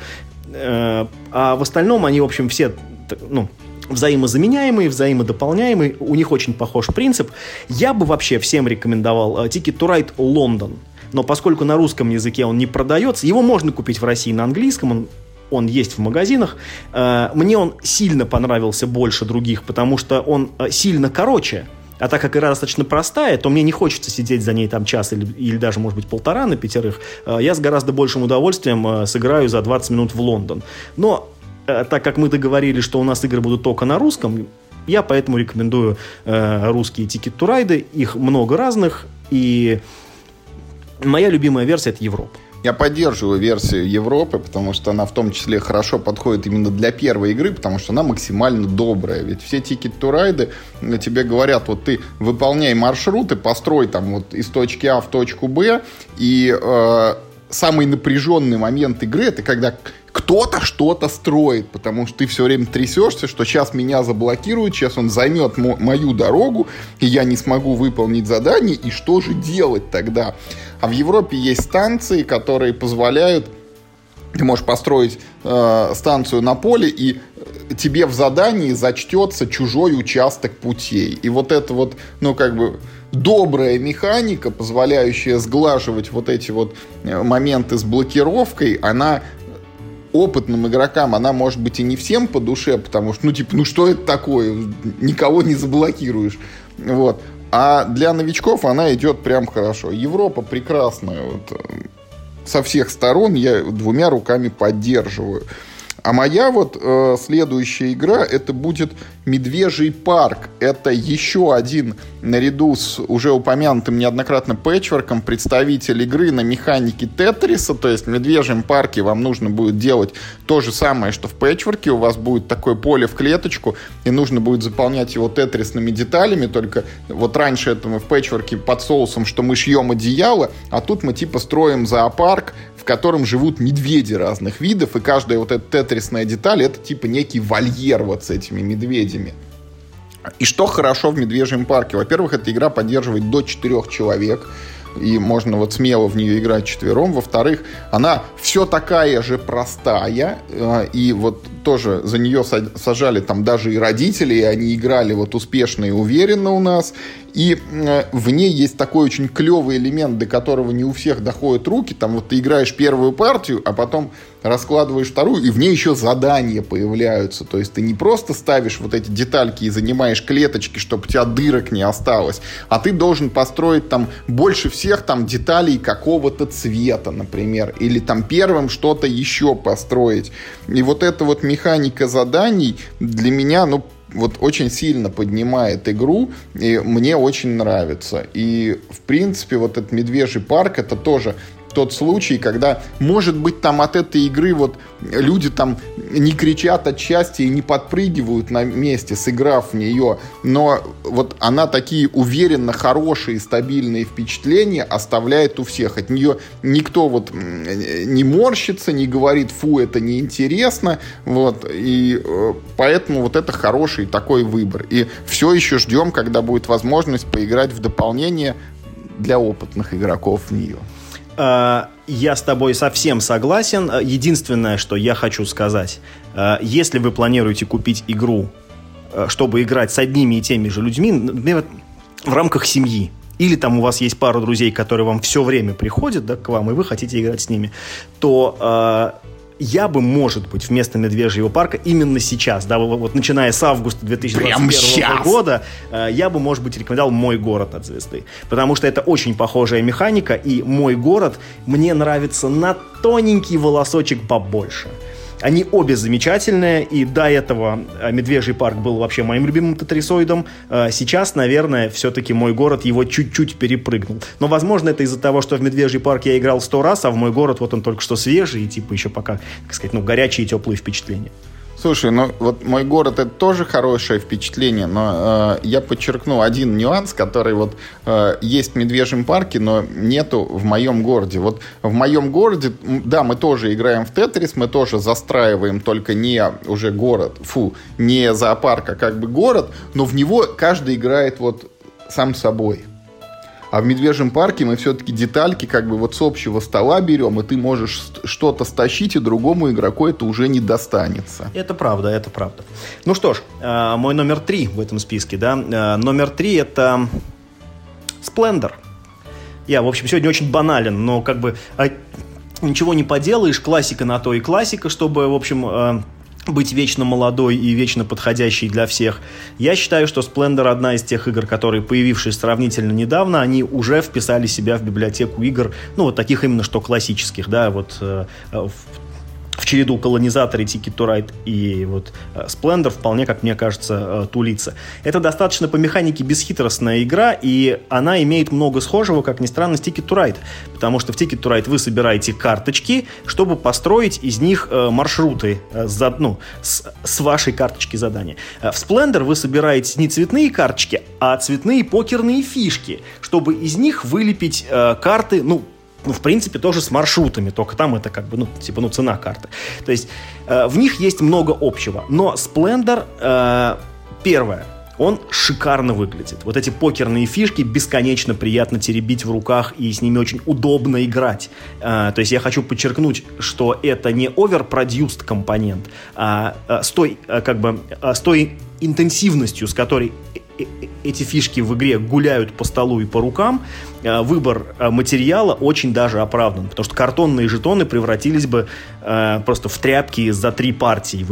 А в остальном они, в общем, все, ну, взаимозаменяемые, взаимодополняемые. У них очень похож принцип. Я бы вообще всем рекомендовал Ticket to Ride London. Но поскольку на русском языке он не продается, его можно купить в России на английском. Он он есть в магазинах. Мне он сильно понравился больше других, потому что он сильно короче. А так как игра достаточно простая, то мне не хочется сидеть за ней там час или даже, может быть, полтора на 5. Я с гораздо большим удовольствием сыграю за 20 минут в Лондон. Но так как мы договорились, что у нас игры будут только на русском, я поэтому рекомендую русские Ticket to Ride. Их много разных, и моя любимая версия — это Европа. Я поддерживаю версию Европы, потому что она в том числе хорошо подходит именно для первой игры, потому что она максимально добрая. Ведь все Ticket to Ride тебе говорят, вот ты выполняй маршруты, построй там вот из точки А в точку Б, и самый напряженный момент игры — это когда кто-то что-то строит, потому что ты все время трясешься, что сейчас меня заблокируют, сейчас он займет мою дорогу, и я не смогу выполнить задание, и что же делать тогда? А в Европе есть станции, которые позволяют, ты можешь построить станцию на поле, и тебе в задании зачтется чужой участок путей. И вот это вот, ну, как бы добрая механика, позволяющая сглаживать вот эти вот моменты с блокировкой, она опытным игрокам, она может быть и не всем по душе, потому что, ну, типа, ну что это такое? Никого не заблокируешь. Вот. А для новичков она идет прям хорошо. Европа прекрасная. Вот. Со всех сторон я 2 руками поддерживаю. А моя вот следующая игра, это будет «Медвежий парк». Это еще один, наряду с уже упомянутым неоднократно пэтчворком, представитель игры на механике Тетриса. То есть в «Медвежьем парке» вам нужно будет делать то же самое, что в пэтчворке. У вас будет такое поле в клеточку, и нужно будет заполнять его тетрисными деталями. Только вот раньше это мы в пэтчворке под соусом, что мы шьем одеяло, а тут мы типа строим зоопарк, в котором живут медведи разных видов, и каждая вот эта тетрисная деталь — это типа некий вольер вот с этими медведями. И что хорошо в «Медвежьем парке»? Во-первых, эта игра поддерживает до 4 человек, и можно вот смело в нее играть 4. Во-вторых, она все такая же простая, и вот тоже за нее сажали там даже и родители, и они играли вот успешно и уверенно у нас. И в ней есть такой очень клевый элемент, до которого не у всех доходят руки. Там вот ты играешь первую партию, а потом раскладываешь вторую, и в ней еще задания появляются. То есть ты не просто ставишь вот эти детальки и занимаешь клеточки, чтобы у тебя дырок не осталось, а ты должен построить там больше всех там деталей какого-то цвета, например, или там первым что-то еще построить. И вот эта вот механика заданий для меня, ну, вот очень сильно поднимает игру, и мне очень нравится. И, в принципе, вот этот «Медвежий парк» — это тоже тот случай, когда, может быть, там от этой игры вот люди там не кричат от счастья и не подпрыгивают на месте, сыграв в нее, но вот она такие уверенно хорошие, стабильные впечатления оставляет у всех. От нее никто вот не морщится, не говорит: фу, это неинтересно, вот, и поэтому вот это хороший такой выбор. И все еще ждем, когда будет возможность поиграть в дополнение для опытных игроков в нее. Я с тобой совсем согласен. Единственное, что я хочу сказать, если вы планируете купить игру, чтобы играть с одними и теми же людьми, например, в рамках семьи, или там у вас есть пара друзей, которые вам все время приходят, да, к вам, и вы хотите играть с ними, то я бы, может быть, вместо «Медвежьего парка» именно сейчас, да, вот начиная с августа 2021 года, я бы, может быть, рекомендовал «Мой город» от Звезды. Потому что это очень похожая механика, и «Мой город» мне нравится на тоненький волосочек побольше. Они обе замечательные, и до этого «Медвежий парк» был вообще моим любимым тетрисоидом. Сейчас, наверное, все-таки «Мой город» его чуть-чуть перепрыгнул. Но, возможно, это из-за того, что в «Медвежий парк» я играл 100 раз, а в «Мой город» вот он только что свежий, и типа еще пока, так сказать, ну, горячие и теплые впечатления. Слушай, ну вот «Мой город» — это тоже хорошее впечатление, но я подчеркну один нюанс, который вот есть в «Медвежьем парке», но нету в «Моем городе». Вот в «Моем городе», да, мы тоже играем в «Тетрис», мы тоже застраиваем только не уже город, не зоопарк, а как бы город, но в него каждый играет вот сам собой. А в «Медвежьем парке» мы все-таки детальки как бы вот с общего стола берем, и ты можешь что-то стащить, и другому игроку это уже не достанется. Это правда, это правда. Ну что ж, мой номер 3 в этом списке, да. Номер 3 — это Splendor. Я, в общем, сегодня очень банален, но как бы ничего не поделаешь, классика на то и классика, чтобы, в общем, быть вечно молодой и вечно подходящей для всех. Я считаю, что Splendor одна из тех игр, которые, появившись сравнительно недавно, они уже вписали себя в библиотеку игр, ну, вот таких именно что классических, да, вот в череду Colonizer и Ticket to Ride и вот Splendor вполне, как мне кажется, тулится. Это достаточно по механике бесхитростная игра, и она имеет много схожего, как ни странно, с Ticket to Ride, потому что в Ticket to Ride вы собираете карточки, чтобы построить из них маршруты с вашей карточки задания. В Splendor вы собираете не цветные карточки, а цветные покерные фишки, чтобы из них вылепить карты, в принципе, тоже с маршрутами, только там это как бы, цена карты. То есть в них есть много общего. Но Splendor, первое, он шикарно выглядит. Вот эти покерные фишки бесконечно приятно теребить в руках, и с ними очень удобно играть. То есть я хочу подчеркнуть, что это не overproduced компонент, а с той интенсивностью, с которой эти фишки в игре гуляют по столу и по рукам, выбор материала очень даже оправдан, потому что картонные жетоны превратились бы просто в тряпки за 3 партии.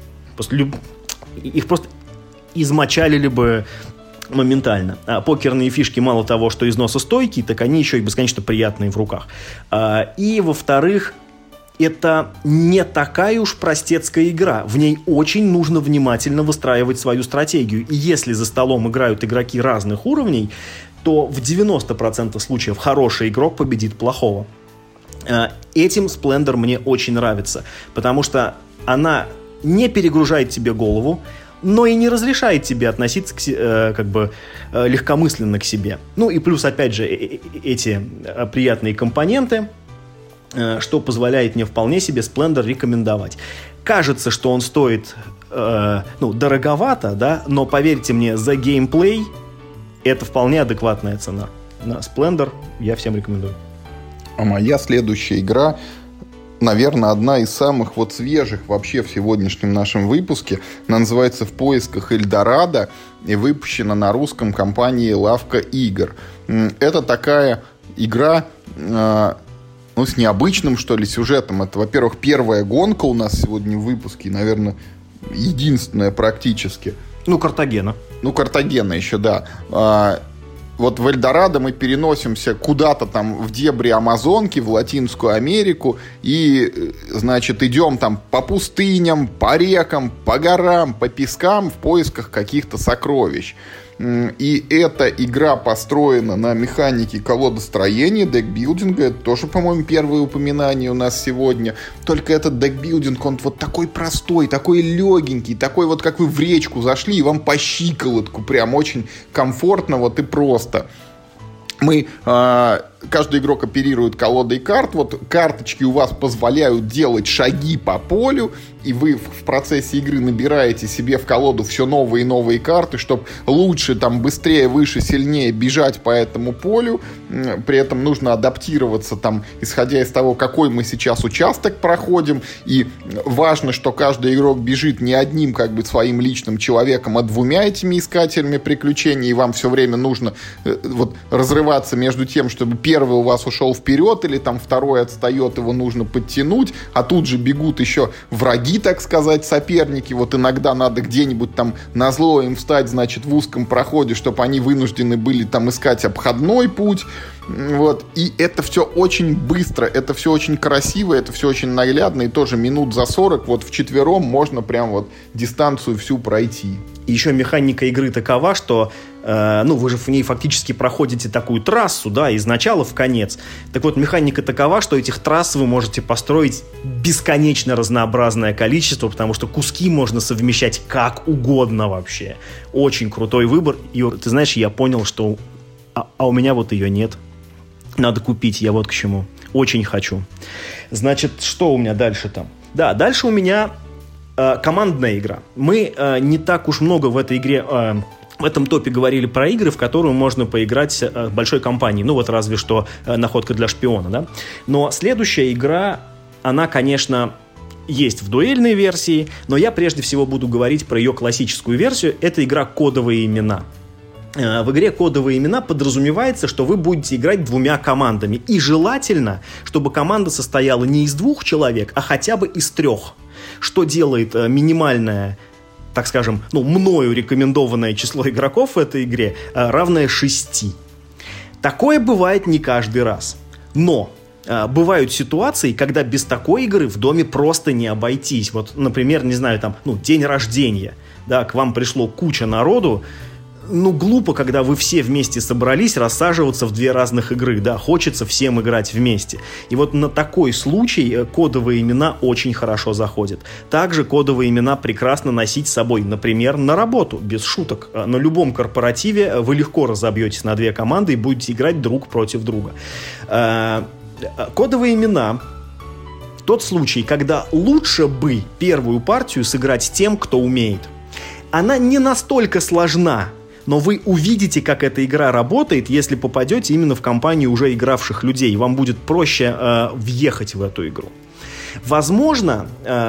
Их просто измочалили бы моментально. А покерные фишки мало того, что износостойкие, так они еще и бесконечно приятные в руках. И, во-вторых, это не такая уж простецкая игра. В ней очень нужно внимательно выстраивать свою стратегию. И если за столом играют игроки разных уровней, то в 90% случаев хороший игрок победит плохого. Этим Splendor мне очень нравится, потому что она не перегружает тебе голову, но и не разрешает тебе относиться легкомысленно к себе. Ну и плюс, опять же, эти приятные компоненты, что позволяет мне вполне себе Splendor рекомендовать. Кажется, что он стоит дороговато, да, но поверьте мне, за геймплей это вполне адекватная цена. На Splendor я всем рекомендую. А моя следующая игра, наверное, одна из самых свежих вообще в сегодняшнем нашем выпуске. Она называется «В поисках Эльдорадо» и выпущена на русском компанией «Лавка игр». Это такая игра с необычным, что ли, сюжетом. Это, во-первых, первая гонка у нас сегодня в выпуске, наверное, единственная практически. Картагена. Картагена еще, да. Вот в Эльдорадо мы переносимся куда-то там в дебри Амазонки, в Латинскую Америку, и, значит, идем там по пустыням, по рекам, по горам, по пескам в поисках каких-то сокровищ. И эта игра построена на механике колодостроения, декбилдинга. Это тоже, по-моему, первое упоминание у нас сегодня. Только этот декбилдинг, он вот такой простой, такой легенький, такой вот, как вы в речку зашли, и вам по щиколотку прям очень комфортно и просто. Каждый игрок оперирует колодой карт. Вот карточки у вас позволяют делать шаги по полю, и вы в процессе игры набираете себе в колоду все новые и новые карты, чтобы лучше, быстрее, выше, сильнее бежать по этому полю. При этом нужно адаптироваться, исходя из того, какой мы сейчас участок проходим. И важно, что каждый игрок бежит не одним, своим личным человеком, а 2 этими искателями приключений. И вам все время нужно разрываться между тем, чтобы первый у вас ушел вперед, или второй отстает, его нужно подтянуть, а тут же бегут еще враги, так сказать, соперники. Иногда надо где-нибудь назло им встать, значит, в узком проходе, чтобы они вынуждены были искать обходной путь. И это все очень быстро, это все очень красиво, это все очень наглядно, и тоже минут за 40 вчетвером можно прям дистанцию всю пройти. И еще механика игры такова, что вы же в ней фактически проходите такую трассу, да, из начала в конец. Так вот, механика такова, что этих трасс вы можете построить бесконечно разнообразное количество, потому что куски можно совмещать как угодно вообще. Очень крутой выбор. И ты знаешь, я понял, что у меня ее нет. Надо купить, я к чему. Очень хочу. Значит, что у меня дальше там? Да, дальше у меня командная игра. Мы не так уж много в этой игре, в этом топе говорили про игры, в которую можно поиграть большой компанией. Разве что «Находка для шпиона», да? Но следующая игра, она, конечно, есть в дуэльной версии, но я прежде всего буду говорить про ее классическую версию. Это игра «Кодовые имена». в игре «Кодовые имена» подразумевается, что вы будете играть двумя командами. И желательно, чтобы команда состояла не из 2 человек, а хотя бы из 3. Что делает минимальное, так скажем, мною рекомендованное число игроков в этой игре равное 6. Такое бывает не каждый раз. Но бывают ситуации, когда без такой игры в доме просто не обойтись. Вот, например, не знаю, день рождения. Да, к вам пришло куча народу. Глупо, когда вы все вместе собрались, рассаживаться в 2 разных игры, да, хочется всем играть вместе. И вот на такой случай «Кодовые имена» очень хорошо заходят. Также «Кодовые имена» прекрасно носить с собой, например, на работу, без шуток. На любом корпоративе вы легко разобьетесь на 2 команды и будете играть друг против друга. «Кодовые имена» — тот случай, когда лучше бы первую партию сыграть с тем, кто умеет. Она не настолько сложна, но вы увидите, как эта игра работает, если попадете именно в компанию уже игравших людей. Вам будет проще въехать в эту игру. Возможно,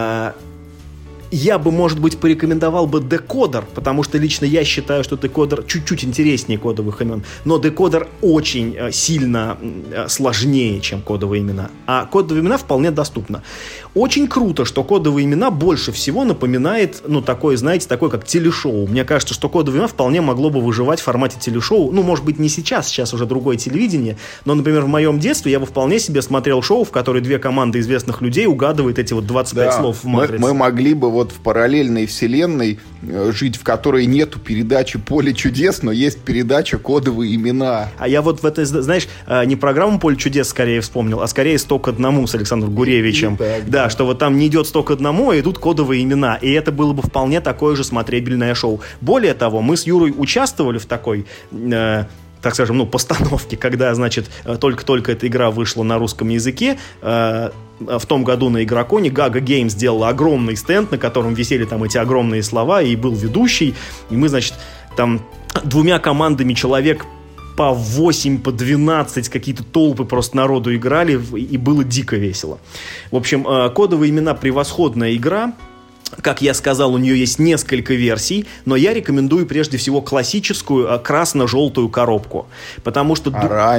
я бы, может быть, порекомендовал бы Декодер, потому что лично я считаю, что Декодер чуть-чуть интереснее «Кодовых имен», но Декодер очень сильно сложнее, чем «Кодовые имена», а «Кодовые имена» вполне доступно. Очень круто, что «Кодовые имена» больше всего напоминает, такое, знаете, такое как телешоу. Мне кажется, что «Кодовые имена» вполне могло бы выживать в формате телешоу. Может быть, не сейчас уже другое телевидение, но, например, в моем детстве я бы вполне себе смотрел шоу, в которое 2 команды известных людей угадывают эти 25 слов в «Матрице». Мы могли бы в параллельной вселенной жить, в которой нету передачи «Поле чудес», но есть передача «Кодовые имена». А я в этой, знаешь, не программу «Поле чудес» скорее вспомнил, а скорее «100 к 1» с Александром Гуревичем. Да, что вот там не идет 100 к 1, а идут «Кодовые имена». И это было бы вполне такое же смотрибельное шоу. Более того, мы с Юрой участвовали в такой... так скажем, постановки, когда, значит, только-только эта игра вышла на русском языке. В том году на Игроконе Gaga Games сделала огромный стенд, на котором висели там эти огромные слова, и был ведущий. И мы, значит, там 2 командами человек по 8, по 12, какие-то толпы просто народу играли, и было дико весело. В общем, «Кодовые имена» — превосходная игра. Как я сказал, у нее есть несколько версий, но я рекомендую прежде всего классическую красно-желтую коробку, потому что...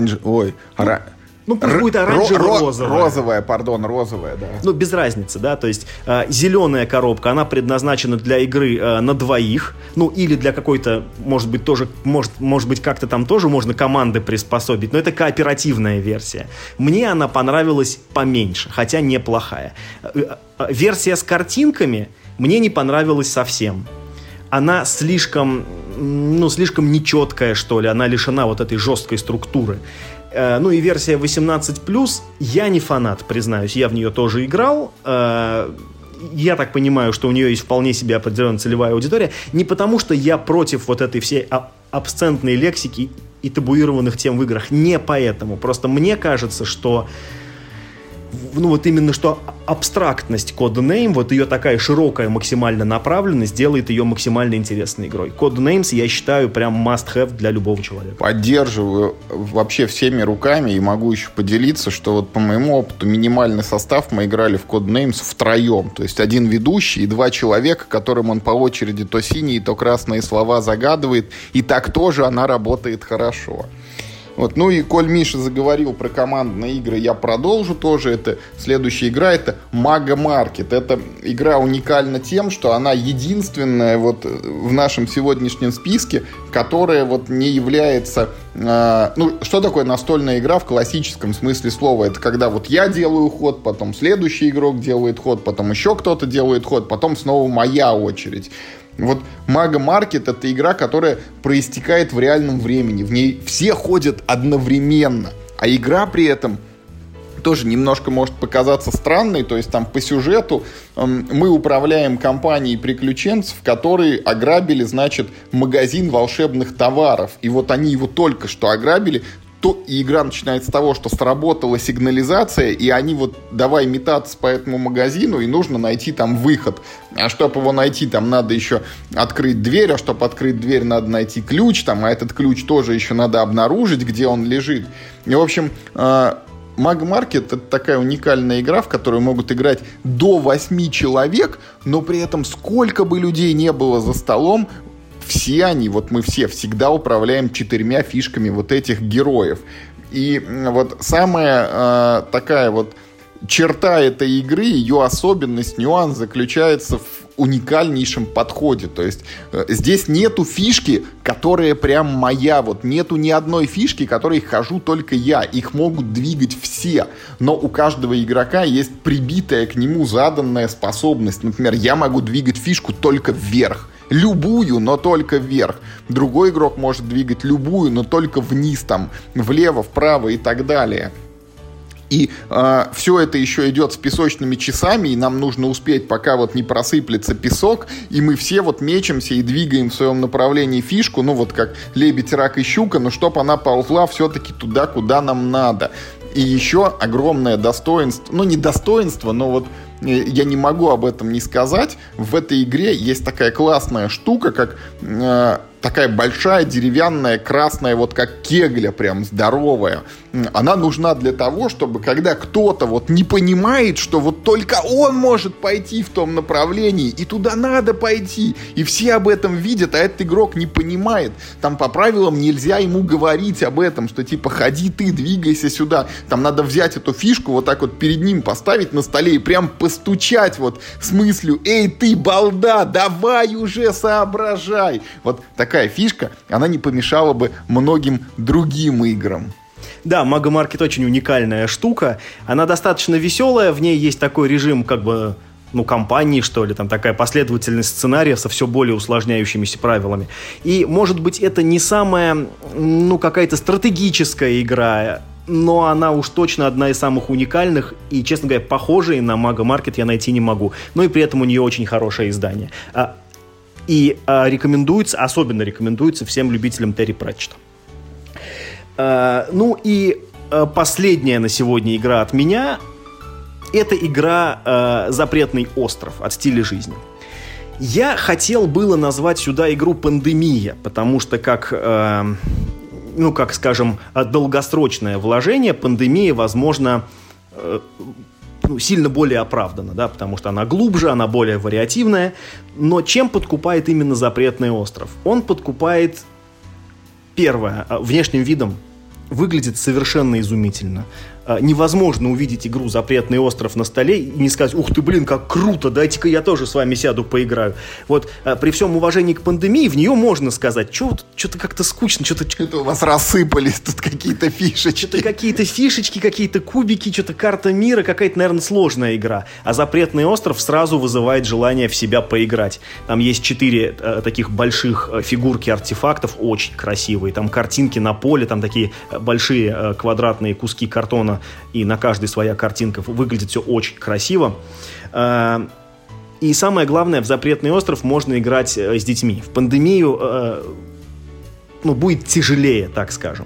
пусть будет оранжево-розовая. Розовая, да. Без разницы, да, то есть зеленая коробка, она предназначена для игры на 2, или для какой-то, может быть, тоже, может быть, как-то там тоже можно команды приспособить, но это кооперативная версия. Мне она понравилась поменьше, хотя неплохая. Версия с картинками мне не понравилась совсем. Она слишком нечеткая, что ли, она лишена вот этой жесткой структуры. И версия 18+, я не фанат, признаюсь, я в нее тоже играл. Я так понимаю, что у нее есть вполне себе определенная целевая аудитория. Не потому, что я против вот этой всей абсцентной лексики и табуированных тем в играх. Не поэтому. Просто мне кажется, что именно что абстрактность Codenames, вот ее такая широкая максимальная направленность делает ее максимально интересной игрой. Codenames, я считаю, прям must-have для любого человека. Поддерживаю вообще всеми руками и могу еще поделиться, что вот по моему опыту минимальный состав мы играли в Codenames втроем. То есть 1 ведущий и 2 человека, которым он по очереди то синие, то красные слова загадывает. И так тоже она работает хорошо. И коль Миша заговорил про командные игры, я продолжу тоже. Это следующая игра, это Maga Market. Эта игра уникальна тем, что она единственная в нашем сегодняшнем списке, которая не является... что такое настольная игра в классическом смысле слова? Это когда я делаю ход, потом следующий игрок делает ход, потом еще кто-то делает ход, потом снова моя очередь. Maga Market — это игра, которая проистекает в реальном времени. В ней все ходят одновременно. А игра при этом тоже немножко может показаться странной. То есть там по сюжету мы управляем компанией приключенцев, которые ограбили, магазин волшебных товаров. И они его только что ограбили. И игра начинается с того, что сработала сигнализация, и они давай метаться по этому магазину, и нужно найти там выход. А чтобы его найти, там надо еще открыть дверь, а чтобы открыть дверь, надо найти ключ, а этот ключ тоже еще надо обнаружить, где он лежит. И, в общем, Maga Market — это такая уникальная игра, в которую могут играть до 8 человек, но при этом сколько бы людей не было за столом, все они, вот мы все всегда управляем 4 фишками вот этих героев. И вот самая такая вот черта этой игры, ее особенность, нюанс заключается в уникальнейшем подходе. То есть здесь нету фишки, которая прям моя. Вот нету ни одной фишки, которой хожу только я. Их могут двигать все. Но у каждого игрока есть прибитая к нему заданная способность. Например, я могу двигать фишку только вверх. Любую, но только вверх. Другой игрок может двигать любую, но только вниз, там, влево, вправо и так далее. И все это еще идет с песочными часами, и нам нужно успеть, пока вот не просыплется песок, и мы все вот мечемся и двигаем в своем направлении фишку, ну вот как лебедь, рак и щука, но чтоб она ползла все-таки туда, куда нам надо. И еще огромное достоинство, ну не достоинство, но вот я не могу об этом не сказать, в этой игре есть такая классная штука, как такая большая деревянная красная, вот как кегля, прям здоровая. Она нужна для того, чтобы когда кто-то вот не понимает, что вот только он может пойти в том направлении, и туда надо пойти, и все об этом видят, а этот игрок не понимает. Там по правилам нельзя ему говорить об этом, что типа ходи ты, двигайся сюда. Там надо взять эту фишку, вот так вот перед ним поставить на столе и прям постучать вот с мыслью: эй ты, балда, давай уже соображай. Вот такая фишка, она не помешала бы многим другим играм. Да, Mago Market очень уникальная штука. Она достаточно веселая, в ней есть такой режим как бы, ну, кампании, что ли, там такая последовательность сценариев со все более усложняющимися правилами. И, может быть, это не самая, ну, какая-то стратегическая игра, но она уж точно одна из самых уникальных, и, честно говоря, похожей на Mago Market я найти не могу. Но и при этом у нее очень хорошее издание. И рекомендуется, особенно рекомендуется всем любителям Терри Пратчетта. Ну и последняя на сегодня игра от меня — это игра «Запретный остров» от «Стиля жизни». Я хотел было назвать сюда игру «Пандемия», потому что как, ну, как, скажем, долгосрочное вложение «Пандемия», возможно, сильно более оправдана, да, потому что она глубже, она более вариативная. Но чем подкупает именно «Запретный остров»? Он подкупает, первое, внешним видом. Выглядит совершенно изумительно. Невозможно увидеть игру «Запретный остров» на столе и не сказать: ух ты, блин, как круто, дайте-ка я тоже с вами сяду, поиграю. Вот при всем уважении к «Пандемии» в нее можно сказать: что-то как-то скучно, что-то у вас рассыпались тут какие-то фишечки. Что-то какие-то фишечки, какие-то кубики, что-то карта мира, какая-то, наверное, сложная игра. А «Запретный остров» сразу вызывает желание в себя поиграть. Там есть 4 таких больших фигурки артефактов, очень красивые. Там картинки на поле, там такие большие квадратные куски картона, и на каждой своя картинка. Выглядит все очень красиво. И самое главное, в «Запретный остров» можно играть с детьми. В «Пандемию» будет тяжелее, так скажем.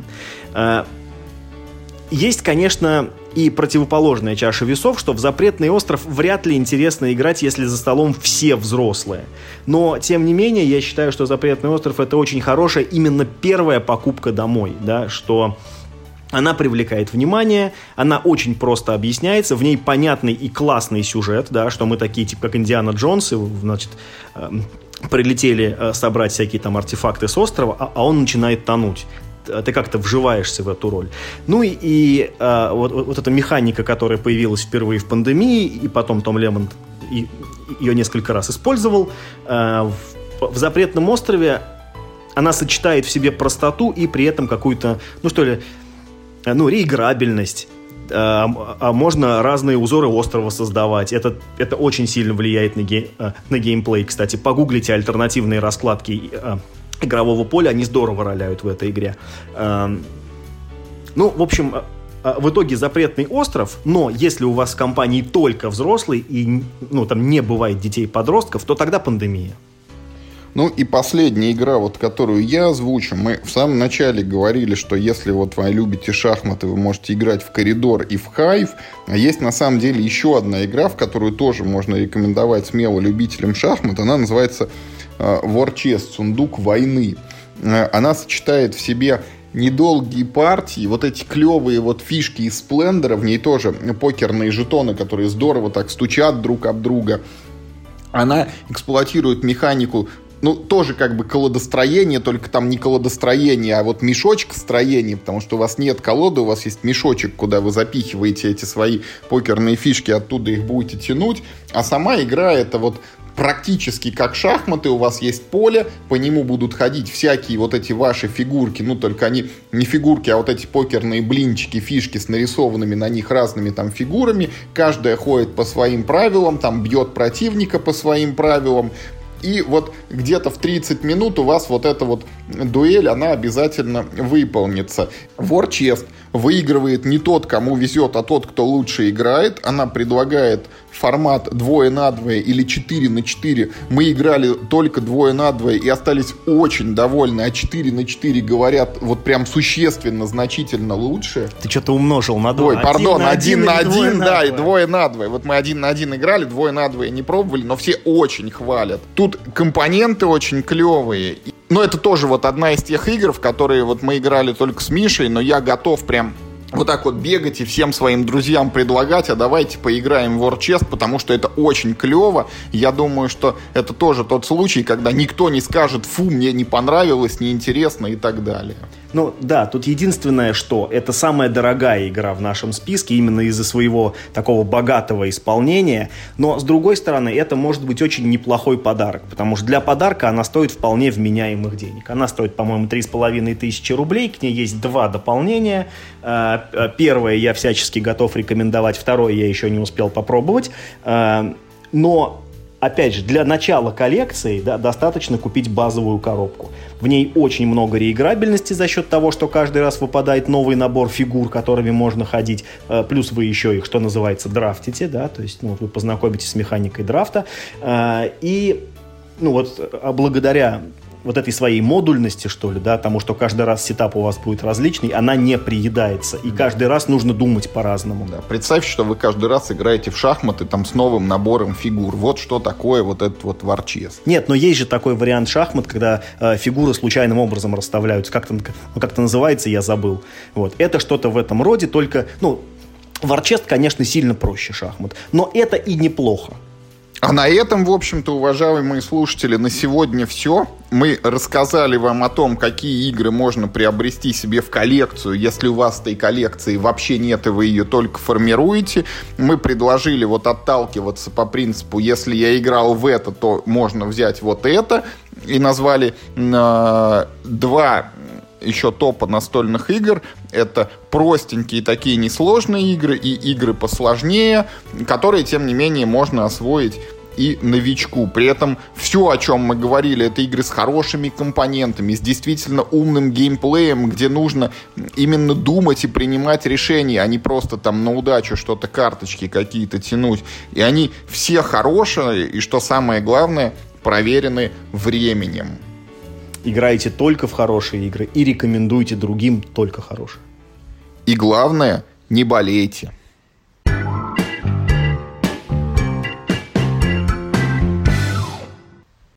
Есть, конечно, и противоположная чаша весов, что в «Запретный остров» вряд ли интересно играть, если за столом все взрослые. Но, тем не менее, я считаю, что «Запретный остров» — это очень хорошая именно первая покупка домой, да, что она привлекает внимание, она очень просто объясняется, в ней понятный и классный сюжет, да, что мы такие, типа, как Индиана Джонс, и, значит, прилетели собрать всякие там артефакты с острова, а он начинает тонуть. Ты как-то вживаешься в эту роль. Ну и вот эта механика, которая появилась впервые в «Пандемии», и потом Том Лемонт ее несколько раз использовал, в «Запретном острове» она сочетает в себе простоту и при этом какую-то, реиграбельность. А можно разные узоры острова создавать. Это очень сильно влияет на геймплей. Кстати, погуглите альтернативные раскладки игрового поля, они здорово роляют в этой игре. В общем, в итоге «Запретный остров», но если у вас в компании только взрослый и там не бывает детей-подростков, то тогда «Пандемия». Ну и последняя игра, вот, которую я озвучу. Мы в самом начале говорили, что если вот вы любите шахматы, вы можете играть в «Коридор» и в «Хайв». А есть на самом деле еще одна игра, в которую тоже можно рекомендовать смело любителям шахмат. Она называется War Chest, сундук войны. Она сочетает в себе недолгие партии, вот эти клевые вот фишки из Сплендера, в ней тоже покерные жетоны, которые здорово так стучат друг об друга. Она эксплуатирует механику ну, тоже как бы колодостроение, только там не колодостроение, а вот мешочкостроение, потому что у вас нет колоды, у вас есть мешочек, куда вы запихиваете эти свои покерные фишки, оттуда их будете тянуть, а сама игра это вот практически как шахматы, у вас есть поле, по нему будут ходить всякие вот эти ваши фигурки, ну, только они не фигурки, а вот эти покерные блинчики, фишки с нарисованными на них разными там фигурами, каждая ходит по своим правилам, там бьет противника по своим правилам, и вот где-то в 30 минут у вас вот эта вот дуэль, она обязательно выполнится. War Chest выигрывает не тот, кому везет, а тот, кто лучше играет. Она предлагает формат 2 на 2 или 4 на 4. Мы играли только 2 на 2 и остались очень довольны, а 4 на 4 говорят вот прям существенно, значительно лучше. Ты что-то умножил на 2. Ой, пардон, 1 на 1, да, и 2 2 на 2. Вот мы 1 на 1 играли, 2 на 2 не пробовали, но все очень хвалят. Тут компоненты очень клевые. Но это тоже вот одна из тех игр, в которые вот мы играли только с Мишей, но я готов прям вот так вот бегать и всем своим друзьям предлагать, а давайте поиграем в War Chest, потому что это очень клево. Я думаю, что это тоже тот случай, когда никто не скажет: фу, мне не понравилось, неинтересно и так далее. Ну да, тут единственное, что это самая дорогая игра в нашем списке именно из-за своего такого богатого исполнения, но с другой стороны это может быть очень неплохой подарок, потому что для подарка она стоит вполне вменяемых денег. Она стоит, по-моему, 3500 рублей, к ней есть 2 дополнения. Первое я всячески готов рекомендовать, второе я еще не успел попробовать, но... Опять же, для начала коллекции, да, достаточно купить базовую коробку. В ней очень много реиграбельности за счет того, что каждый раз выпадает новый набор фигур, которыми можно ходить. Плюс вы еще их, что называется, драфтите, да, то есть вы познакомитесь с механикой драфта. И благодаря вот этой своей модульности, что ли, да, тому, что каждый раз сетап у вас будет различный, она не приедается. И каждый раз нужно думать по-разному. Да, представьте, что вы каждый раз играете в шахматы там с новым набором фигур. Вот что такое вот этот вот War Chest. Нет, но есть же такой вариант шахмат, когда фигуры случайным образом расставляются. Как-то называется, я забыл. Вот. Это что-то в этом роде, только, War Chest, конечно, сильно проще шахмат. Но это и неплохо. А на этом, в общем-то, уважаемые слушатели, на сегодня все. Мы рассказали вам о том, какие игры можно приобрести себе в коллекцию, если у вас этой коллекции вообще нет, и вы ее только формируете. Мы предложили вот отталкиваться по принципу: если я играл в это, то можно взять вот это. И назвали 2 еще топа настольных игр. Это простенькие такие несложные игры и игры посложнее, которые, тем не менее, можно освоить и новичку. При этом все, о чем мы говорили, это игры с хорошими компонентами, с действительно умным геймплеем, где нужно именно думать и принимать решения, а не просто там на удачу что-то, карточки какие-то тянуть. И они все хорошие, и, что самое главное, проверены временем. Играйте только в хорошие игры и рекомендуйте другим только хорошие. И главное, не болейте.